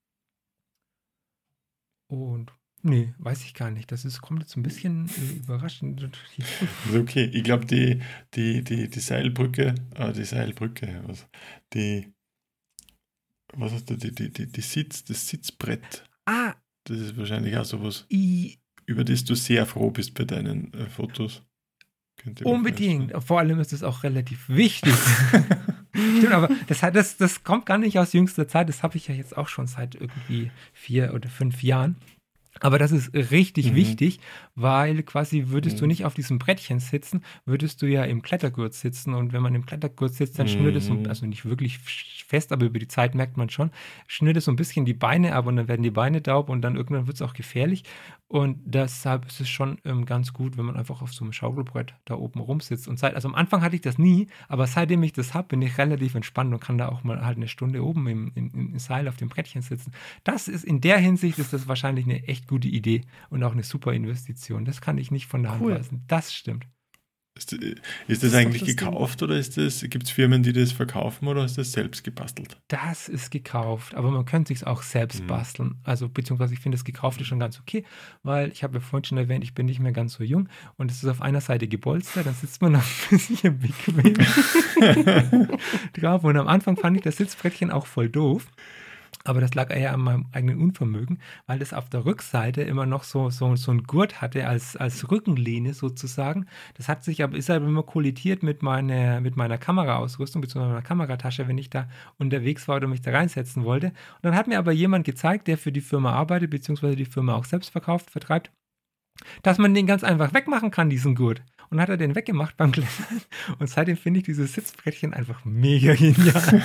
Und nee, weiß ich gar nicht. Das ist, kommt jetzt ein bisschen äh, überraschend. Also okay, ich glaube, die, die, die, die Seilbrücke, äh, die Seilbrücke, was, die, was hast du, die, die, die, die Sitz, das Sitzbrett, Ah, das ist wahrscheinlich auch sowas, i, über das du sehr froh bist bei deinen äh, Fotos. Könnte ich mir unbedingt. Vor allem ist es auch relativ wichtig. Stimmt, aber das, hat, das, das kommt gar nicht aus jüngster Zeit. Das habe ich ja jetzt auch schon seit irgendwie vier oder fünf Jahren. Aber das ist richtig Mhm. wichtig, weil quasi würdest du Mhm. nicht auf diesem Brettchen sitzen, würdest du ja im Klettergurt sitzen. Und wenn man im Klettergurt sitzt, dann schnürt es, so, Mhm. also nicht wirklich fest, aber über die Zeit merkt man schon, schnürt es so ein bisschen die Beine ab und dann werden die Beine taub und dann irgendwann wird es auch gefährlich. Und deshalb ist es schon ähm, ganz gut, wenn man einfach auf so einem Schaukelbrett da oben rumsitzt. Und seit, also am Anfang hatte ich das nie, aber seitdem ich das habe, bin ich relativ entspannt und kann da auch mal halt eine Stunde oben im, im, im Seil auf dem Brettchen sitzen. Das ist, in der Hinsicht ist das wahrscheinlich eine echt gute Idee und auch eine super Investition. Das kann ich nicht von der Hand Cool. weisen. Das stimmt. Ist, ist das, Das ist eigentlich doch das Ding. gekauft oder ist das, gibt es Firmen, die das verkaufen oder ist das selbst gebastelt? Das ist gekauft, aber man könnte sich auch selbst Mhm. basteln. Also beziehungsweise ich finde das Gekaufte schon ganz okay, weil ich habe ja vorhin schon erwähnt, ich bin nicht mehr ganz so jung und es ist auf einer Seite gebolstert, dann sitzt man noch ein bisschen bequem drauf und am Anfang fand ich das Sitzbrettchen auch voll doof. Aber das lag eher an meinem eigenen Unvermögen, weil das auf der Rückseite immer noch so, so, so ein Gurt hatte als, als Rückenlehne sozusagen. Das hat sich aber, ist aber immer kollidiert mit meiner, mit meiner Kameraausrüstung bzw. meiner Kameratasche, wenn ich da unterwegs war oder mich da reinsetzen wollte. Und dann hat mir aber jemand gezeigt, der für die Firma arbeitet bzw. die Firma auch selbst verkauft, vertreibt, dass man den ganz einfach wegmachen kann, diesen Gurt. Und dann hat er den weggemacht beim Klettern. Und seitdem finde ich dieses Sitzbrettchen einfach mega genial.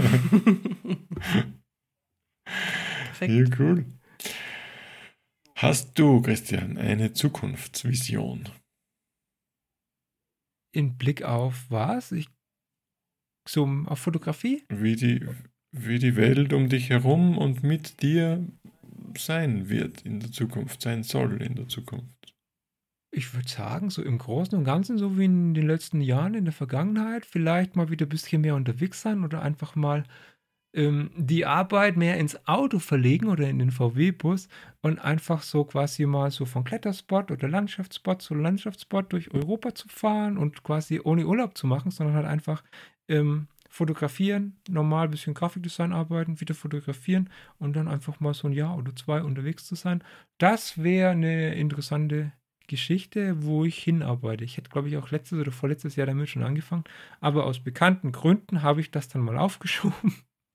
Perfekt. Ja, cool. Hast du, Christian, eine Zukunftsvision? In Blick auf was? Ich, so auf Fotografie? Wie die, wie die Welt um dich herum und mit dir sein wird in der Zukunft, sein soll in der Zukunft. Ich würde sagen, so im Großen und Ganzen, so wie in den letzten Jahren in der Vergangenheit, vielleicht mal wieder ein bisschen mehr unterwegs sein oder einfach mal die Arbeit mehr ins Auto verlegen oder in den V W-Bus und einfach so quasi mal so von Kletterspot oder Landschaftsspot zu Landschaftsspot durch Europa zu fahren und quasi ohne Urlaub zu machen, sondern halt einfach ähm, fotografieren, normal ein bisschen Grafikdesign arbeiten, wieder fotografieren und dann einfach mal so ein Jahr oder zwei unterwegs zu sein. Das wäre eine interessante Geschichte, wo ich hinarbeite. Ich hätte, glaube ich, auch letztes oder vorletztes Jahr damit schon angefangen, aber aus bekannten Gründen habe ich das dann mal aufgeschoben.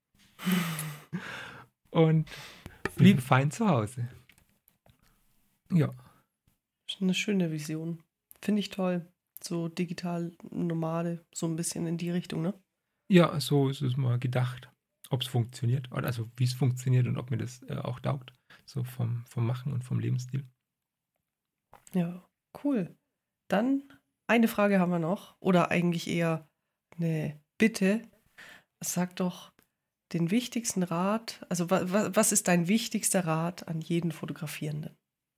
Und blieb fein zu Hause. Ja. Eine schöne Vision. Finde ich toll. So digital Nomade, so ein bisschen in die Richtung, ne? Ja, so ist es mal gedacht. Ob es funktioniert, also wie es funktioniert und ob mir das äh, auch taugt. So vom, vom Machen und vom Lebensstil. Ja, cool. Dann eine Frage haben wir noch. Oder eigentlich eher eine Bitte. Sag doch den wichtigsten Rat, also wa, wa, was ist dein wichtigster Rat an jeden Fotografierenden?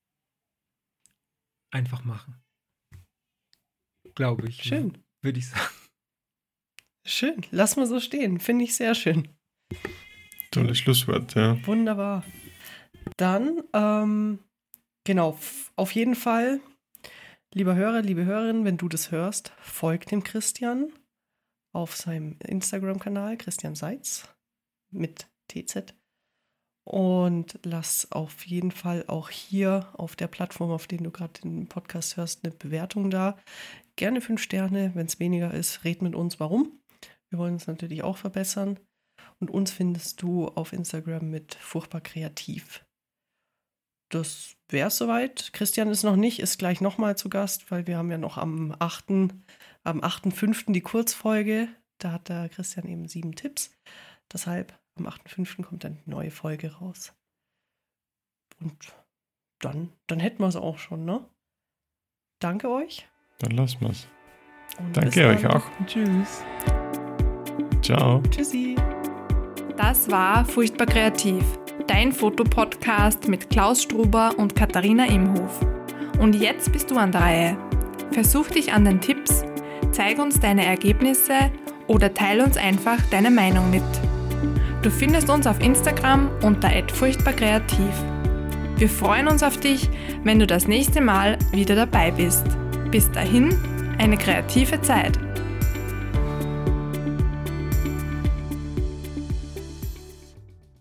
Einfach machen. Glaube ich. Schön. Würde ich sagen. Schön. Lass mal so stehen. Finde ich sehr schön. Tolles Schlusswort, ja. Wunderbar. Dann, ähm, genau, f- auf jeden Fall, lieber Hörer, liebe Hörerin, wenn du das hörst, folgt dem Christian auf seinem Instagram-Kanal, Christian Seitz. Mit T Z. Und lass auf jeden Fall auch hier auf der Plattform, auf der du gerade den Podcast hörst, eine Bewertung da. Gerne fünf Sterne, wenn es weniger ist. Red mit uns, warum. Wir wollen uns natürlich auch verbessern. Und uns findest du auf Instagram mit furchtbar kreativ. Das wäre es soweit. Christian ist noch nicht, ist gleich nochmal zu Gast, weil wir haben ja noch am achten am achten fünften die Kurzfolge. Da hat der Christian eben sieben Tipps. Deshalb am achten fünften kommt dann eine neue Folge raus. Und dann, dann hätten wir es auch schon, ne? Danke euch. Dann lassen wir es. Und Danke euch auch. Tschüss. Ciao. Tschüssi. Das war Furchtbar Kreativ, dein Fotopodcast mit Klaus Struber und Katharina Imhof. Und jetzt bist du an der Reihe. Versuch dich an den Tipps, zeig uns deine Ergebnisse oder teile uns einfach deine Meinung mit. Du findest uns auf Instagram unter at furchtbar kreativ. Wir freuen uns auf dich, wenn du das nächste Mal wieder dabei bist. Bis dahin, eine kreative Zeit.